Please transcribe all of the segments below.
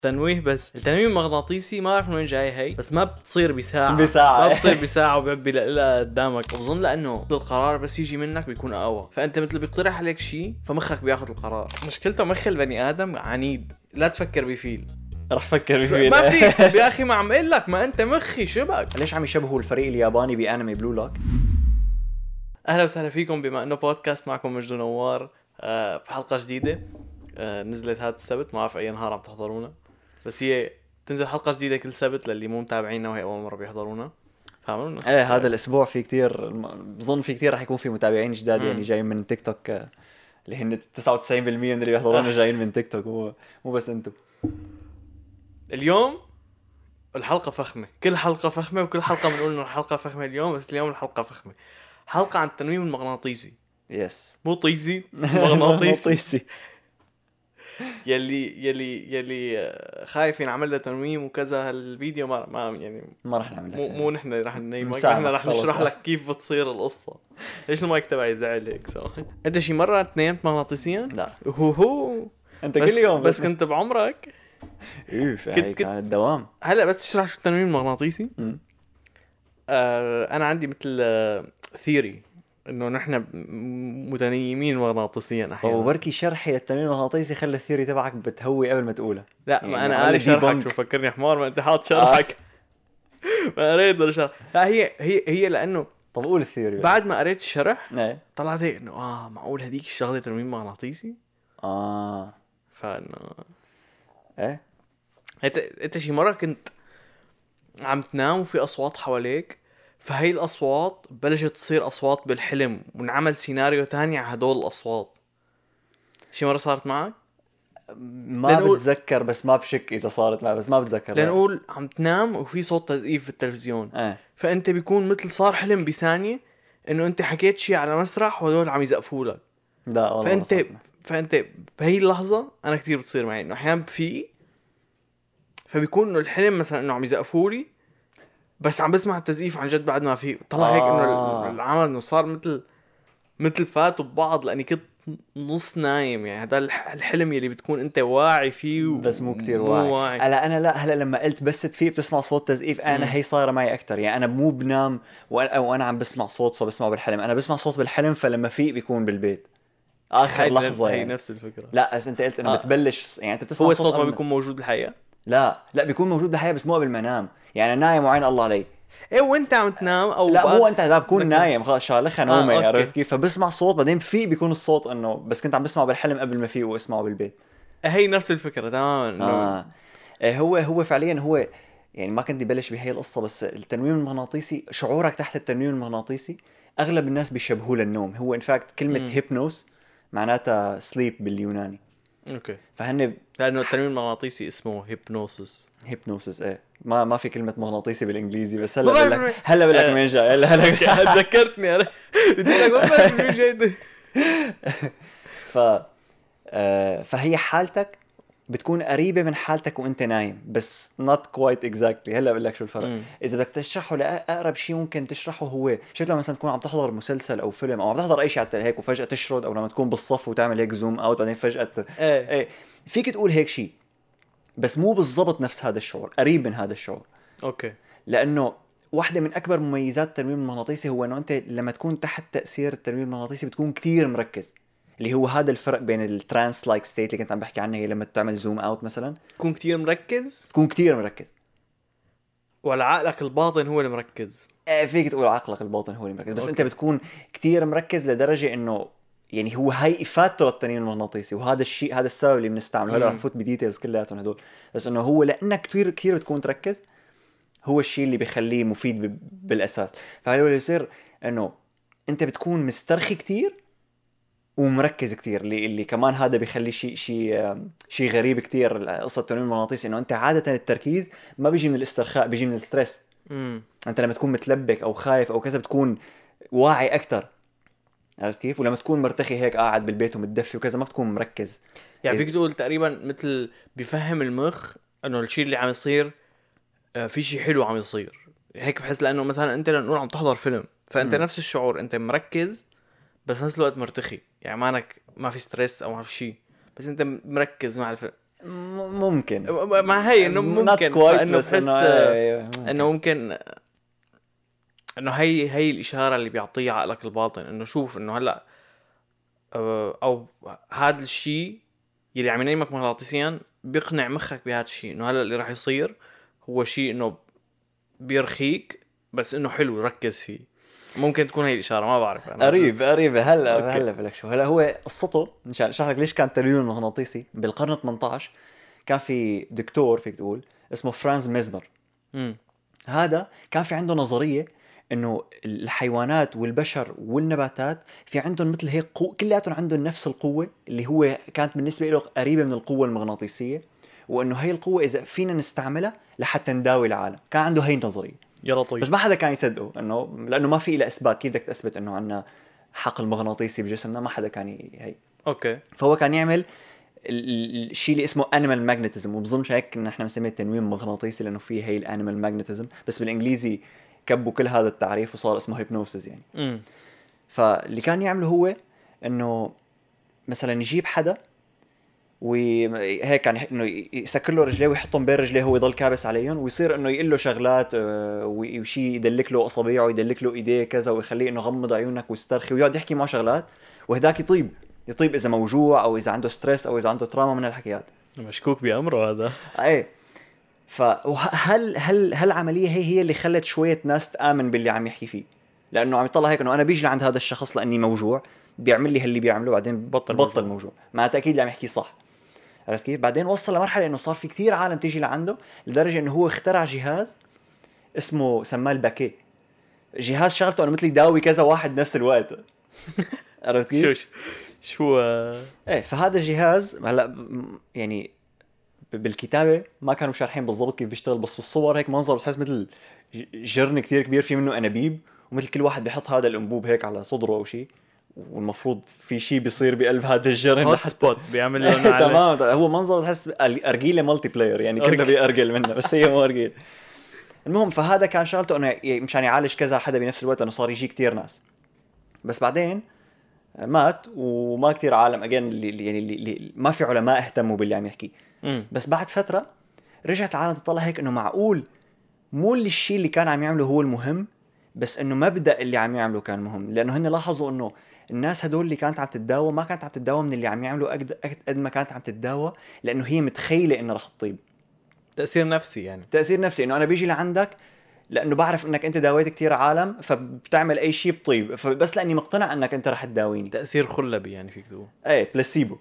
تنويه بس. التنويم المغناطيسي ما بعرف من وين جاي هي، بس ما بتصير بساعة بساعة. ما بتصير بساعة وبيعبي لها قدامك. وبظن لأنه القرار بس يجي منك بيكون أقوى، فأنت مثل بيقترح عليك شيء فمخك بياخد القرار. مشكلته مخ البني آدم عنيد، لا تفكر بفيل رح فكر فيه. ما فيك يا أخي، ما عم قل لك ما أنت مخي شبك. ليش عم يشبهوا الفريق الياباني بأنمي بلو لوك؟ أهلا وسهلا فيكم بما أنه بودكاست معكم مجد نوار بحلقة جديدة نزلت هذا السبت. ما أعرف أي نهار عم تحضرونا، بس هي تنزل حلقة جديدة كل سبت للي مو متابعينا وهي أول مرة بيحضرونا. فعملوا ايه هذا الاسبوع في كتير، بظن في كتير رح يكون في متابعين جداد يعني جايين من تيك توك، اللي هن 99% من اللي بيحضرونا جايين من تيك توك، مو بس انتم. اليوم الحلقة فخمة، كل حلقة فخمة، وكل حلقة بنقول إنه الحلقة فخمة اليوم، بس اليوم الحلقة فخمة. حلقة عن التنويم المغناطيسي. يس مو طيزي، مغناطيسي. مغناطيسي. يلي خايف ينعمل له تنويم وكذا. هالفيديو ما يعني ما رح نعمل لك مو نحن رح ننيمك، مسامح، نحن رح خلص. نشرح لك كيف بتصير القصة. ليش المايك تبعي زعل هيك سوا؟ انت شي مرة تنيمت مغناطيسيا؟ لا هو انت كل يوم بس كنت بعمرك هي كان الدوام. هلا بس تشرح شو التنويم المغناطيسي. انا عندي مثل ثيري انه نحن متنيمين مغناطيسيا طب احيانا. وبركي شرحي للتنويم المغناطيسي خلي الثيوري تبعك بتهوي قبل ما تقولها. لا يعني ما انا عمل قالي لي شرحك، debunk. شو فكرني حمار ما انت حاط شرحك. ما قريت الشرح. لا هي لانه طب قول الثيوري بعد ما قريت الشرح ايه طلعت هيك انه معقول هديك الشغله تنويم مغناطيسي. فانه ايه انت شي مره كنت عم تنام وفي اصوات حواليك، فهي الاصوات بلشت تصير اصوات بالحلم، ونعمل سيناريو تاني على هدول الاصوات. شي مره صارت معك؟ ما بتذكر، بس ما بشك اذا صارت معي، بس ما بتذكر. لنقول عم تنام وفي صوت تزقيف في التلفزيون، فانت بيكون مثل صار حلم بثانيه انه انت حكيت شيء على مسرح وهدول عم يزقفوا لك. لا والله فانت بهي اللحظه انا كتير بتصير معي انه احيانا فبيكون انه الحلم مثلا انه عم يزقفوا لي، بس عم بسمع التزقيف عن جد بعد ما في طلع هيك انه العمل انه صار مثل فاتوا ببعض، لاني كنت نص نايم. يعني هذا الحلم يلي بتكون انت واعي فيه بس مو كتير واعي. لا هلا لما قلت بس تفيق بتسمع صوت تزقيف، انا هي صايره معي اكثر. يعني انا مو بنام وانا عم بسمع صوت فبسمعه بالحلم، انا بسمع صوت بالحلم فلما فيق بيكون بالبيت اخر لحظه. هي يعني نفس الفكره. لا بس انت قلت انه بتبلش، يعني انت بتسمع هو الصوت ما بيكون موجود بالحقيقه. لا بيكون موجود بالحقيقه، بس مو قبل ما انام. يعني نايم وعين الله علي. ايه وانت عم تنام او لا مو انت لا بكون نايم خلص شالخه نومي. عرفت كيف؟ فبسمع صوت بعدين في بيكون الصوت انه بس كنت عم بسمعه بالحلم قبل ما فيه واسمعه بالبيت. هي نفس الفكره تماما. هو فعليا هو يعني ما كنت ببلش بهي القصه، بس التنويم المغناطيسي شعورك تحت التنويم المغناطيسي اغلب الناس بيشبهوه للنوم. هو ان فاكت كلمه هيبنوس معناتها سليب باليوناني. اوكي. فهن لانه التنويم المغناطيسي اسمه هيبنوسيس. ايه ما في كلمه مغناطيسي بالانجليزي، بس هلا بقول لك من جاي. هلا ذكرتني انا بدي لك ما بعرف من جاي. فهي حالتك بتكون قريبه من حالتك وانت نايم، بس not quite exactly. هلا بقول لك شو الفرق. اذا بدك تشرحه لاقرب شيء ممكن تشرحه، هو شفت لما مثلا تكون عم تحضر مسلسل او فيلم او عم تحضر اي شيء على هيك وفجاه تشرد، او لما تكون بالصف وتعمل هيك زوم اوت بعدين فجاه ايه فيك تقول هيك شيء، بس مو بالضبط نفس هذا الشعور، قريب من هذا الشعور. اوكي. لانه واحدة من أكبر مميزات التنويم المغناطيسي هو أنه أنت لما تكون تحت تأثير التنويم المغناطيسي بتكون كتير مركز، اللي هو هذا الفرق بين الترانس لايك ستيت اللي كنت عم بحكي عنها. هي لما تعمل زوم أوت مثلا تكون كتير مركز، ولا عقلك الباطن هو اللي مركز. فيك تقول عقلك الباطن هو اللي مركز، بس أنت بتكون كتير مركز لدرجة أنه يعني هو هاي إفادته للتنويم المغناطيسي، وهذا الشيء هذا السبب اللي بنستعمله. هلا رح نفوت بديتيلز كلياتهم هدول، بس أنه هو لأنك كتير بتكون تركز هو الشيء اللي بيخليه مفيد بالأساس. فهو اللي يصير انه انت بتكون مسترخي كتير ومركز كتير، اللي كمان هذا بيخلي شيء غريب كتير قصة التنويم المغناطيسي، انه انت عادة التركيز ما بيجي من الاسترخاء، بيجي من الستريس. انت لما تكون متلبك او خايف او كذا بتكون واعي اكتر، عرفت كيف؟ ولما تكون مرتخي هيك قاعد بالبيت ومتدفي وكذا ما بتكون مركز. يعني فيك تقول تقريبا مثل بيفهم المخ انه الشيء اللي عم يصير في شيء حلو عم يصير هيك، بحس لانه مثلا انت لنقول عم تحضر فيلم، فانت نفس الشعور، انت مركز بس نفس الوقت مرتخي. يعني ما في ستريس او ما في شيء، بس انت مركز مع الفيلم. ممكن مع هي انه ممكن انه بحس انه ممكن انه هي الاشاره اللي بيعطيها عقلك الباطن انه شوف انه هلا او هذا الشيء يلي عم ينيمك مغناطيسيا بيقنع مخك بهذا الشيء انه هلا اللي راح يصير هو شيء انه بيرخيك بس انه حلو ركز فيه. ممكن تكون هي الاشاره ما بعرف انا. قريب هلا بلك شو هلا هو قصته مشان اشرح لك ليش كان التنويم المغناطيسي بالقرن 18. كان في دكتور فيك تقول اسمه فرانز ميزمر. هذا كان في عنده نظريه انه الحيوانات والبشر والنباتات في عندهم مثل هيك كلياتهم عندهم نفس القوه اللي هو كانت بالنسبه له قريبه من القوه المغناطيسيه، وانه هي القوه اذا فينا نستعملها لحتى نداوي العالم. كان عنده هي النظريه يا لطيف. بس ما حدا كان يصدقه انه لانه ما في له اثبات. كيف بدك تثبت انه عندنا حقل مغناطيسي بجسمنا؟ ما حدا كان هي. اوكي. فهو كان يعمل الشيء اللي اسمه انيمال ماجنتيزم، وبظنش هيك ان احنا بنسميه تنويم مغناطيسي لانه فيه هي الانيمال ماجنتيزم، بس بالانجليزي كبوا كل هذا التعريف وصار اسمه هيبنوسيس يعني. فاللي كان يعمله هو انه مثلا يجيب حدا وهيك يعني انه يسكر له رجليه ويحطهم بين رجليه هو يضل كابس عليهم، ويصير انه يقول له شغلات وشي يدلك له اصابعه ويدلك له ايديه كذا ويخليه انه غمض عيونك واسترخي ويقعد يحكي معه شغلات، وهداك يطيب اذا موجوع او اذا عنده ستريس او اذا عنده تراما من الحكيات. مشكوك بامره هذا. ايه. فهل العمليه هي اللي خلت شويه ناس تامن باللي عم يحكي فيه؟ لانه عم يطلع هيك انه انا بيجي لعند هذا الشخص لاني موجوع، بيعمل لي اللي بيعمله بعدين بطل موجوع. مع تاكيد اللي عم يحكيه صح. عرفت كيف؟ بعدين وصل لمرحله انه صار في كتير عالم تيجي لعنده لدرجه انه هو اخترع جهاز اسمه سماه الباكيه. جهاز شغلته انه مثل يداوي كذا واحد نفس الوقت. عرفت كيف؟ شو ايه. فهذا الجهاز هلا يعني بالكتابه ما كانوا شارحين بالضبط كيف بيشتغل، بس بالصور هيك منظر بتحس مثل جرن كتير كبير في منه انابيب، ومثل كل واحد بيحط هذا الانبوب هيك على صدره او شيء، والمفروض في شيء بيصير بقلب هذا الجرن هوت سبوت بيعمل له عليه. تمام. هو منظر تحس ارجيله مالتي بلاير يعني كله بيأرجل منه بس هي مو ارجيل. المهم فهذا كان شغلته انه مشان يعالج كذا حدا بنفس الوقت، انه صار يجي كتير ناس. بس بعدين مات وما كتير عالم اللي ما في علماء اهتموا باللي عم يحكي. بس بعد فترة رجعت العالم تطلع هيك انه معقول مو الشيء اللي كان عم يعمله هو المهم، بس انه مبدأ اللي عم يعمله كان مهم. لانه هن لاحظوا انه الناس هدول اللي كانت عم تتداوى ما كانت عم تتداوى من اللي عم يعملوا قد ما كانت عم تتداوى لانه هي متخيلة انه رح تطيب. تأثير نفسي يعني. تأثير نفسي انه انا بيجي لعندك لانه بعرف انك انت داويت كتير عالم فبتعمل اي شيء بطيب، فبس لاني مقتنع انك انت رح تداويني. تأثير خلبي يعني فيك تقول. ايه بلاسيبو.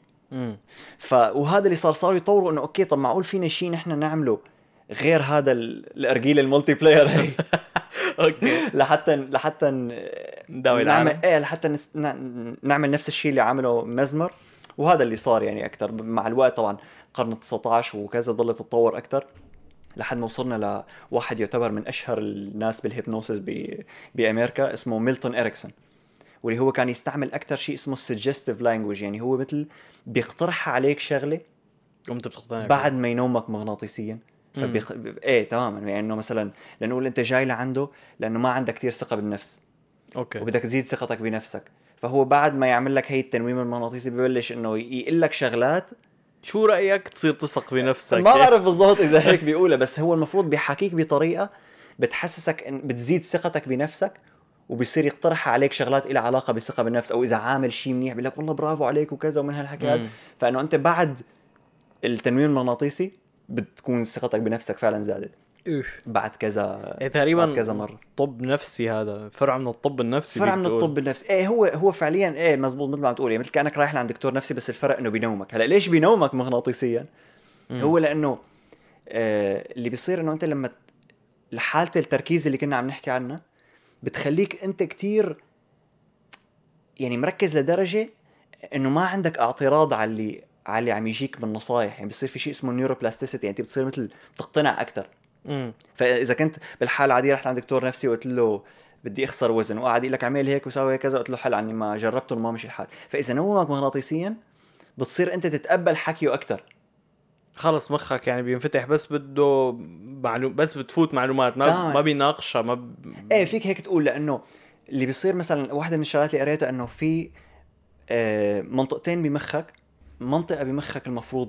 وهذا اللي صاروا يطوروا انه اوكي طب معقول فينا شيء نحن نعمله غير هذا الارجيل الملتي بلاير هي. اوكي. لحتى نداوي نعمل لحتى نعمل نفس الشيء اللي عمله مزمر. وهذا اللي صار يعني اكثر مع الوقت. طبعا قرن 19 وكذا ضلت تتطور اكثر لحد ما وصلنا لواحد يعتبر من اشهر الناس بالهيبنوسيس بامريكا اسمه ميلتون إريكسون، واللي هو كان يستعمل اكثر شيء اسمه السجستيف لانجويج. يعني هو مثل بيقترح عليك شغله وانت بتقتنع بعد ما ينومك مغناطيسيا. ايه تماما. يعني انه مثلا لنقول انت جاي لعنده لانه ما عندك كتير ثقه بالنفس، اوكي، وبدك تزيد ثقتك بنفسك، فهو بعد ما يعمل لك هي التنويم المغناطيسي ببلش انه يقول لك شغلات. شو رايك تصير تثق بنفسك؟ ما بعرف بالضبط اذا هيك بيقولها، بس هو المفروض بيحكيك بطريقه بتحسسك ان بتزيد ثقتك بنفسك، وبيصير يقترح عليك شغلات إلها علاقه بالثقه بالنفس، او اذا عامل شيء منيح بيقول لك والله برافو عليك وكذا ومن هالحكيات. فانه انت بعد التنويم المغناطيسي بتكون ثقتك بنفسك فعلا زادت بعد كذا. تقريبا بعد كذا مره. طب نفسي هذا فرع من الطب النفسي. فرع من الطب النفسي. ايه هو فعليا ايه مزبوط مثل ما عم تقول. مثل كانك رايح لعند دكتور نفسي، بس الفرق انه بينومك. هلا ليش بينومك مغناطيسيا؟ هو لانه اللي بيصير انه انت لما لحاله التركيز اللي كنا عم نحكي عنها بتخليك انت كتير يعني مركز لدرجه انه ما عندك اعتراض على اللي عم يجيك من نصايح. يعني بيصير في شيء اسمه نيوروبلاستيسيتي، يعني انت بتصير مثل بتقتنع اكثر. فاذا كنت بالحاله العاديه رحت عند دكتور نفسي وقلت له بدي اخسر وزن، وقعد يقول لك اعمل هيك وسوي كذا، قلت له حل عني ما جربته وما مشي الحال. فاذا نومك مغناطيسيا بتصير انت تتقبل حكيه اكثر. خلص مخك يعني بينفتح، بس بده بس بتفوت معلومات ما بيناقشها ايه فيك هيك تقول. لانه اللي بيصير مثلا واحدة من الشغلات اللي قريتها انه في منطقتين بمخك. منطقة بمخك المفروض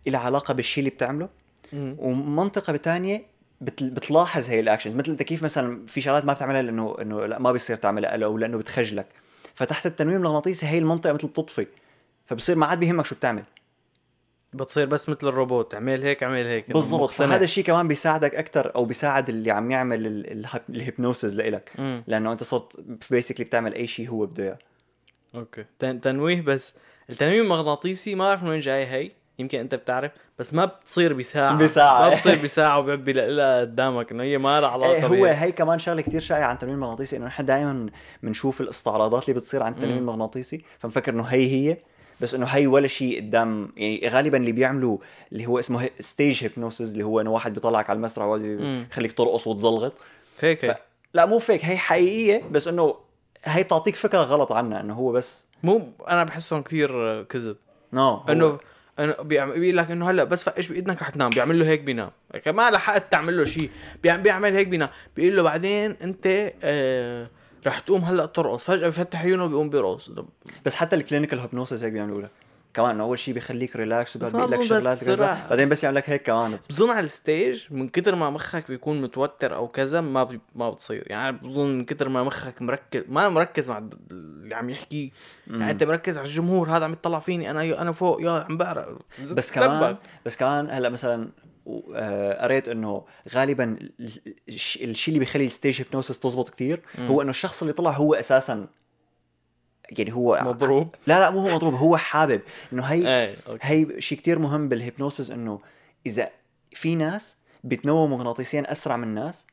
إلها علاقة بالشيء اللي بتعمله، ومنطقة بتانية بتلاحظ هي الاكشنز. مثل انت كيف مثلا في شغلات ما بتعملها لانه لا ما بيصير تعملها او لانه بتخجلك، فتحت التنويم المغناطيسي هي المنطقة مثل بتطفي، فبصير ما عاد بيهمك شو بتعمل، بتصير بس مثل الروبوت، اعمل هيك اعمل هيك بالضبط. فهذا الشيء كمان بيساعدك اكثر، او بيساعد اللي عم يعمل الهيبنوسيس لإلك، لانه انت صرت بيسكلي بتعمل اي شيء هو بده اياه. اوكي تنويه. بس التنويم المغناطيسي ما بعرف من وين جاي، هي يمكن انت بتعرف، بس ما بتصير بساعة ما بتصير بساعة وبيعبي لها قدامك، انه هي ما لها علاقة هو هي كمان شغله كتير شائعه عن التنويم المغناطيسي، انه نحن دائما بنشوف الاستعراضات اللي بتصير عن التنويم المغناطيسي، فنفكر انه هي بس انه هي ولا شيء قدام. يعني غالبا اللي بيعملوا اللي هو اسمه ستيج هيبنوسيس، اللي هو انه واحد بيطلعك على المسرح ويخليك ترقص وتزلغط فيك. لا مو فيك، هي حقيقيه، بس انه هي تعطيك فكره غلط عنها، انه هو بس مو انا بحسهم كثير كذب. انه بيقول لك انه هلا بس فقش بايدك رح تنام، بيعمل له هيك بينام، ما لحقت تعمل له شيء، بيعمل هيك بينام، بيقول له بعدين انت رح تقوم هلا ترقص، فجاه بفتح عيونه وبيقوم بيرقص. بس حتى الكلينيكال هيبنوسيس هيك بيعملوا لك كمان، انه اول شيء بيخليك ريلاكس وبيقول لك شغلات كذا، بعدين بس يعمل لك هيك كمان. بظن على الستيج من كتر ما مخك بيكون متوتر او كذا ما بتصير، يعني بظن من كتر ما مخك مركز مع اللي عم يحكي، يعني انت مركز على الجمهور، هذا عم يطلع فيني انا فوق يا عم بعرق. بس كمان هلا مثلا قريت انه غالبا الشيء اللي بيخلي الستيج هيبنوسيس تزبط كتير هو انه الشخص اللي طلع هو اساسا يعني هو مضروب. لا مو هو مضروب، هو حابب انه هي شيء كتير مهم بالهيبنوسيس، انه اذا في ناس بيتنوموا مغناطيسيا اسرع من ناس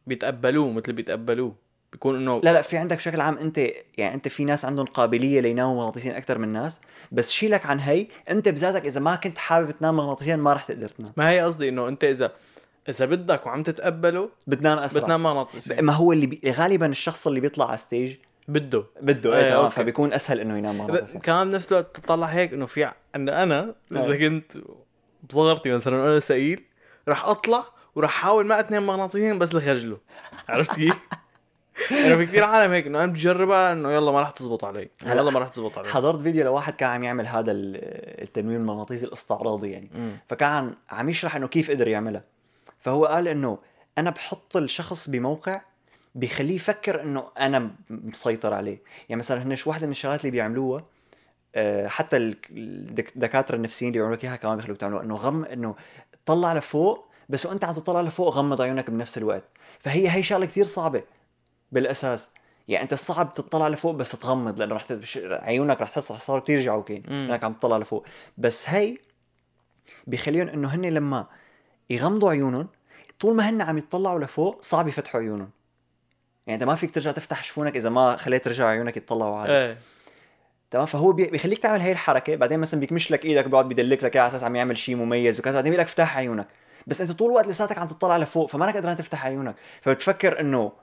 بيتقبلوه بيكون انه لا في عندك بشكل عام انت يعني انت في ناس عندهم قابليه ليناموا مغناطيسيا اكثر من ناس، بس شيلك عن هي انت بذاتك اذا ما كنت حابب تنام مغناطيسيا ما رح تقدر تنام. ما هي قصدي انه انت اذا بدك وعم تتقبله بتنام اسرع، بتنام مغناطيسيا. ما هو اللي غالبا الشخص اللي بيطلع على ستيج بده تمام، فبيكون اسهل انه ينام مغناطيسيا. كمان بنفس الوقت تطلع هيك انه في انا اذا كنت بصغرتي مثلا انا سئيل راح اطلع وراح احاول ما اتنام مغناطيسيا بس لخجله، عرفت كيف؟ انا في كثير عالم هيك انه انا بجربها انه يلا ما راح تزبط علي، يلا ما راح تزبط علي. حضرت فيديو لواحد كان عم يعمل هذا التنويم المغناطيسي الاستعراضي يعني فكان عم يشرح انه كيف قدر يعملها. فهو قال انه انا بحط الشخص بموقع بيخليه يفكر انه انا مسيطر عليه. يعني مثلا هنش واحدة من الشغلات اللي بيعملوها حتى الدكاترة النفسيين اللي بيعملوا اياها كمان بيخلوك تعملوها، انه طلع لفوق، بس وانت عم تطلع لفوق غمض عيونك بنفس الوقت. فهي شغلة كتير صعبة بالاساس، يعني انت صعب تطلع لفوق بس تغمض، لانه رح عيونك رح تحس رح صاروا كتير جعوكين انك عم تطلع لفوق. بس هي بيخليهم انه هن لما يغمضوا عيونهم طول ما هن عم يطلعوا لفوق صعب يفتحوا عيونهم. يعني انت ما فيك ترجع تفتح شفونك اذا ما خليت رجع عيونك يطلعوا عادي. تمام. فهو بيخليك تعمل هاي الحركه، بعدين مثلا بيكمش لك ايدك بيقعد بيدلك لك على اساس عم يعمل شيء مميز وكذا، بعدين بيقول لك افتح عيونك، بس انت طول الوقت لساتك عم تطلع لفوق فما قادر تفتح عيونك، فبتفكر انه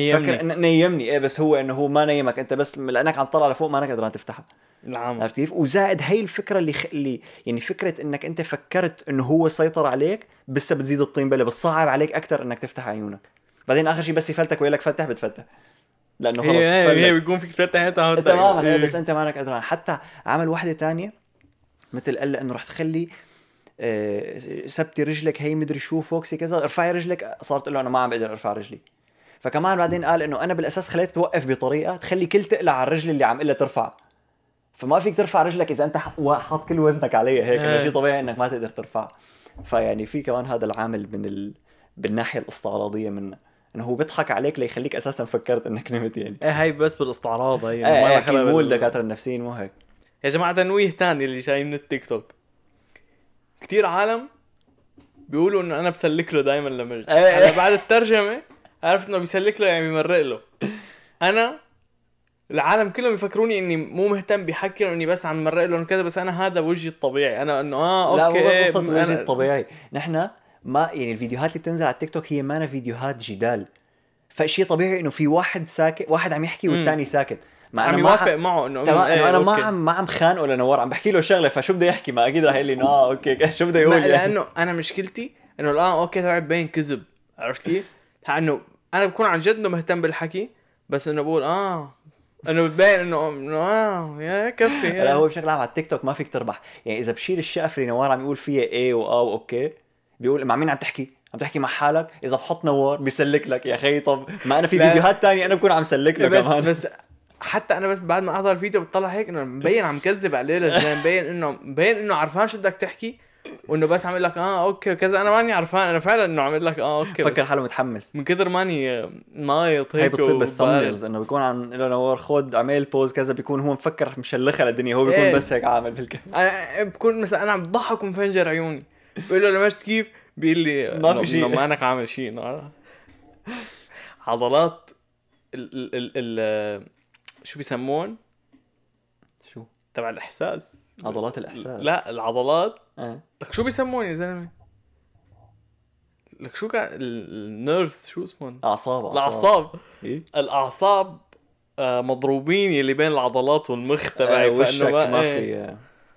نيمني بس هو انه هو ما نيمك انت، بس لانك عم تطلع لفوق ما قادر تفتحها. نعم. عرفت كيف؟ وزائد هي الفكره اللي يعني فكره انك انت فكرت انه هو سيطر عليك بس بتزيد الطين بله، بتصعب عليك اكثر انك تفتح عيونك. بعدين اخر شيء بس يفلتك ويقول لك فتح بتفتح، لانه خلص هي بيكون فيك تفتح تماما بس انت ما لك قدران. حتى عمل واحده تانية مثل قال انه رح تخلي سبتي رجلك هي مدري شو فوكسي كذا، ارفعي رجلك، صارت له انا ما عم بقدر ارفع رجلي. فكمان بعدين قال انه انا بالاساس خليتك توقف بطريقه تخلي كل تقلع على الرجل اللي عم قلها ترفع، فما فيك ترفع رجلك اذا انت حاط كل وزنك عليها هيك، شيء طبيعي انك ما تقدر ترفع. فيعني في كمان هذا العامل من بالناحيه الاستعراضيه منه، انه هو بيضحك عليك ليخليك اساسا فكرت انك نمت يعني. هاي بس بالاستعراض هي ما اكيد مو الدكاتره النفسيين مو هيك يا جماعه. تنويه ثاني اللي جاي من التيك توك، كتير عالم بيقولوا انه انا بسلك له دائما لمجد. انا بعد الترجمه عرفت انه بيسلك له يعني بيمرق له. انا العالم كلهم يفكروني اني مو مهتم بحكي له اني بس عم مرق له كذا، بس انا هذا وجهي الطبيعي. انا انه اوكي لا مو قصة وجهي الطبيعي، نحن ما يعني الفيديوهات اللي بتنزل على التيك توك هي ما فيديوهات جدال، فشيء طبيعي انه في واحد ساكت، واحد عم يحكي والثاني ساكت، ما انا موافق معه انه انا ما عم خانقه لنوار، عم بحكي له شغله فشو بده يحكي، ما اكيد رح يقول لي اوكي شو بده يقول يعني. لانه انا مشكلتي انه اوكي تبع بين كذب، عرفت كيف؟ انه انا بكون عن جد انه مهتم بالحكي، بس انه بقول انه بتبين انه يا كفي لا هو بشكل عام على التيك توك ما فيك تربح. يعني اذا بشيل الشقف اللي نوار عم يقول فيها ايه واوكي، بيقول مع مين عم تحكي؟ عم تحكي مع حالك. اذا بحط نوار بيسلك لك يا اخي. طب ما انا في لا. فيديوهات تانية انا بكون عم سلك له كمان. بس حتى انا بس بعد ما احضر الفيديو بطلع هيك انه مبين عم كذب عليه للزلمه، مبين انه عرفان شو بدك تحكي، وانه بس عم يقول لك اوكي كذا. انا ماني عرفان، انا فعلا انه عم يقول لك اوكي، فكر حاله متحمس. من كثر ماني نايط هي هيك بتصير وبارد. بالثامبنيلز انه بيكون عن له نوار خد عمل بوز كذا، بيكون هو مفكر مشلخها للدنيا، هو بيكون إيه. بس هيك عامل بالكاميرا. انا بكون مثلا انا عم بضحك ومفنجر عيوني، بقول له لمشت كيف، بيقول لي ما في شيء. ما انك عامل شيء. عضلات شو بيسمون شو تبع الاحساس؟ عضلات الاحساس؟ لا العضلات اه لك شو بيسمون يا زلمه؟ لك شو كان النيرفز شو اسمهم؟ اعصاب. الاعصاب. ايه الاعصاب مضروبين يلي بين العضلات والمخ تبعي، وشك فانه ما في.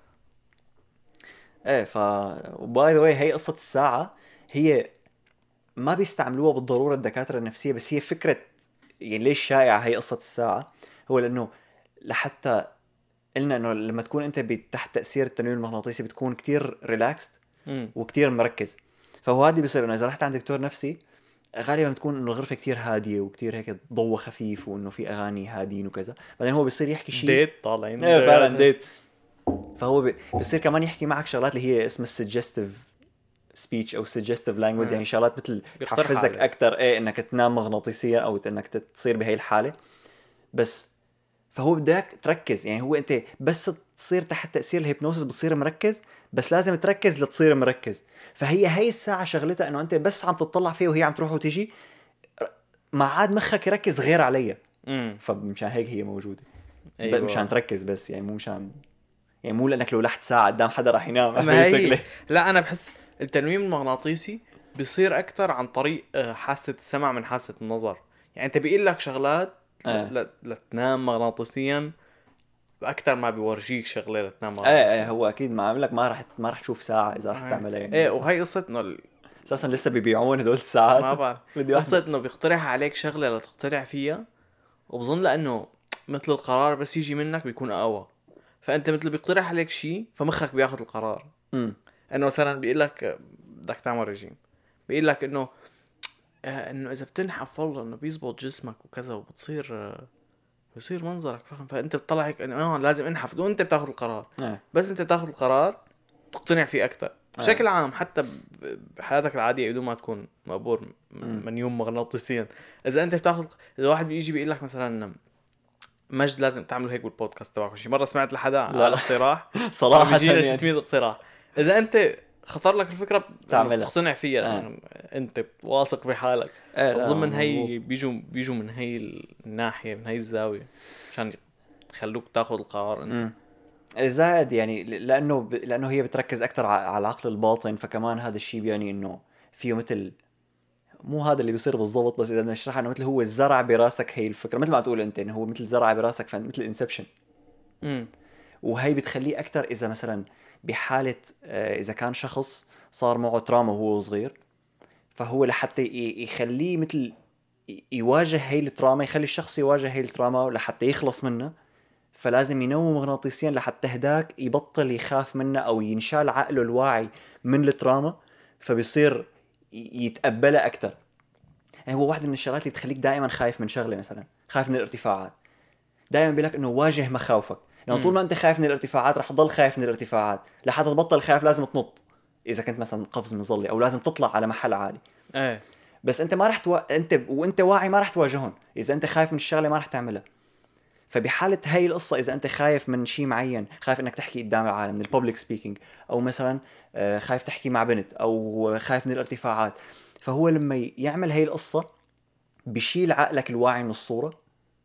ايه باي ذا واي هي قصة الساعة هي ما بيستعملوها بالضرورة الدكاترة النفسية، بس هي فكرة. يعني ليش شائعة هي قصة الساعة؟ هو لأنه لحتى قلنا إنه لما تكون أنت تحت تأثير التنويم المغناطيسي بتكون كتير ريلاكست وكتير مركز. فهو هادي بيصير إنه إذا رحت عند دكتور نفسي غالبا بتكون إنه الغرفة كتير هادية وكتير هيك ضوء خفيف وإنه في أغاني هادين وكذا. بعدين هو بيصير يحكي شيء ديت طالعين. ايه فعلا ديت. فهو بيصير كمان يحكي معك شغلات اللي هي اسمها السجستيف سبيتش او سجستيف لانجويج، يعني شغلات مثل تحفزك اكثر ايه انك تنام مغناطيسيا او انك تصير بهي الحاله. بس فهو بدك تركز. يعني هو انت بس تصير تحت تاثير الهيبنوسيس بتصير مركز، بس لازم تركز لتصير مركز. فهي الساعه شغلتها انه انت بس عم تطلع فيها وهي عم تروح وتيجي، ما عاد مخك يركز غير عليها. فمشان هيك هي موجوده. أيوة. مشان تركز بس، يعني مو مشان، يعني مو لانك لو لحت ساعه قدام حدا راح ينام. لا انا بحس التنويم المغناطيسي بيصير اكثر عن طريق حاسه السمع من حاسه النظر. يعني انت بيقول لك شغلات لتنام مغناطيسيا اكثر ما بيورجيك شغله لتنام مغناطيسيا. هو اكيد ما عم لك ما راح تشوف ساعه اذا راح تعملها. يعني ايه وهي قصه انه اساسا لسه بيبيعون هدول الساعات. ما بعرف قصه انه بيقترح عليك شغله لتقتنع فيها، وبظن لانه مثل القرار بس يجي منك بيكون اقوى. فانت مثل بيقترح عليك شيء فمخك بياخذ القرار. انه مثلا بيقول لك بدك تعمل رجيم، بيقول لك انه اذا بتنحف والله انه بيزبط جسمك وكذا بيصير منظرك فخم. فانت بتطلع هيك انه لازم انحف، وانت بتاخذ القرار. بس انت بتاخذ القرار تقتنع فيه اكثر. بشكل عام حتى بحياتك العاديه بدون ما تكون مقبور منيوم مغناطيسيا، اذا انت بتاخذ، اذا واحد بيجي بيقول لك مثلا مجد لازم تعملوا هيك بالبودكاست تبعكم، شي مره سمعت لحدا على اقتراح صراحه بيجينا يعني 600 اقتراح. اذا انت خطر لك الفكره تعملها تقتنع فيها يعني انت واثق بحالك. اظن من هي بيجوا من هي الناحيه، من هي الزاويه، عشان يخلوك تاخذ القرار انت. زائد يعني لانه هي بتركز اكثر على العقل الباطن. فكمان هذا الشيء بيعني انه فيه مثل، مو هذا اللي بيصير بالضبط، بس اذا بدنا نشرحها انه مثل هو الزرع براسك. هي الفكره مثل ما تقول انت انه هو مثل زرع براسك، فمثل انسبشن. وهي بتخليه اكثر اذا مثلا بحاله اذا كان شخص صار معه تراما وهو صغير، فهو لحتى يخليه مثل يواجه هي التراما، يخلي الشخص يواجه هي التراما لحتى يخلص منها. فلازم ينوم مغناطيسيا لحتى هداك يبطل يخاف منه او ينشال عقله الواعي من التراما، فبيصير يتقبلها اكثر. يعني هو واحدة من الشغلات اللي بتخليك دائما خايف من شغله، مثلا خايف من الارتفاعات. دائما بيقولك انه واجه مخاوفك. يعني طول ما انت خايف من الارتفاعات رح تضل خايف من الارتفاعات، لحتى تبطل خايف لازم تنط اذا كنت مثلا قفز مظلي، او لازم تطلع على محل عالي. بس انت ما رح انت وانت واعي ما رح تواجههم. اذا انت خايف من الشغله ما رح تعملها. فبحاله هاي القصه اذا انت خايف من شيء معين، خايف انك تحكي قدام العالم من الببليك سبيكينج، او مثلا خايف تحكي مع بنت، او خايف من الارتفاعات، فهو لما يعمل هاي القصه بيشيل عقلك الواعي من الصوره.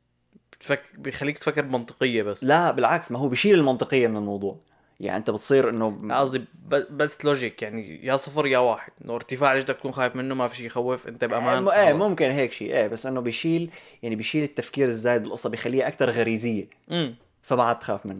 بيخليك تفكر بمنطقيه. بس لا بالعكس، ما هو بيشيل المنطقيه من الموضوع. يعني انت بتصير انه قصدي بس لوجيك، يعني يا صفر يا واحد، انه ارتفاع ليش بدك تكون خايف منه؟ ما في شيء يخوف، انت بامان. ممكن هيك شيء بس انه بيشيل التفكير الزايد بالقصه، بيخليها اكثر غريزيه. فبعد تخاف منه.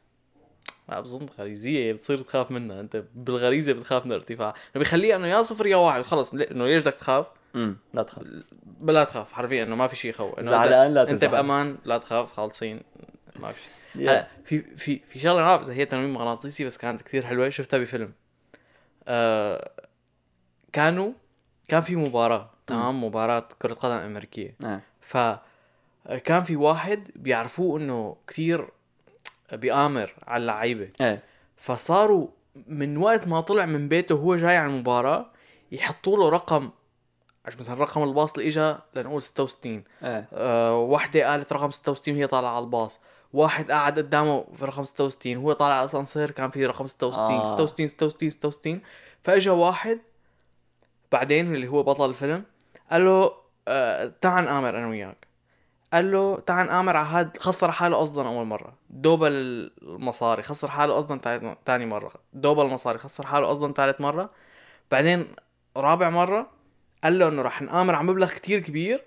بظن غريزيه بتصير تخاف منها. انت بالغريزه بتخاف من الارتفاع، انه بيخليه انه يا صفر يا واحد خلص. انه ليش بدك تخاف؟ لا تخاف. بلا تخاف حرفيا انه ما في شيء يخوف، انه زعلان لا انت تزعل. بامان لا تخاف خالصين ما في شيء. Yeah. هلا في شغله ما بعرف اذا هي تنويم مغناطيسي بس كانت كثير حلوه، شفتها بفيلم. كان في مباراه تمام، مباراه كره قدم امريكيه. فكان في واحد بيعرفوه انه كثير بيآمر على اللعيبه. فصاروا من وقت ما طلع من بيته وهو جاي على المباراه يحطوا له رقم، مثلا رقم الباص اللي اجى لنقول 66. وحده قالت رقم 66 وهي طالعه على الباص، واحد قاعد قدامه في رقم 66 وهو طالع على الاسانسير كان في رقم 66 66 66 66. فاجا واحد بعدين اللي هو بطل الفيلم قال له تعال نآمر انا وياك. قال له تعال نآمر على هاد، خسر حاله اصلا اول مره دوبل المصاري، خسر حاله اصلا ثاني مره دوبل المصاري، خسر حاله اصلا ثالث مره، بعدين رابع مره قال له انه راح نآمر على مبلغ كتير كبير.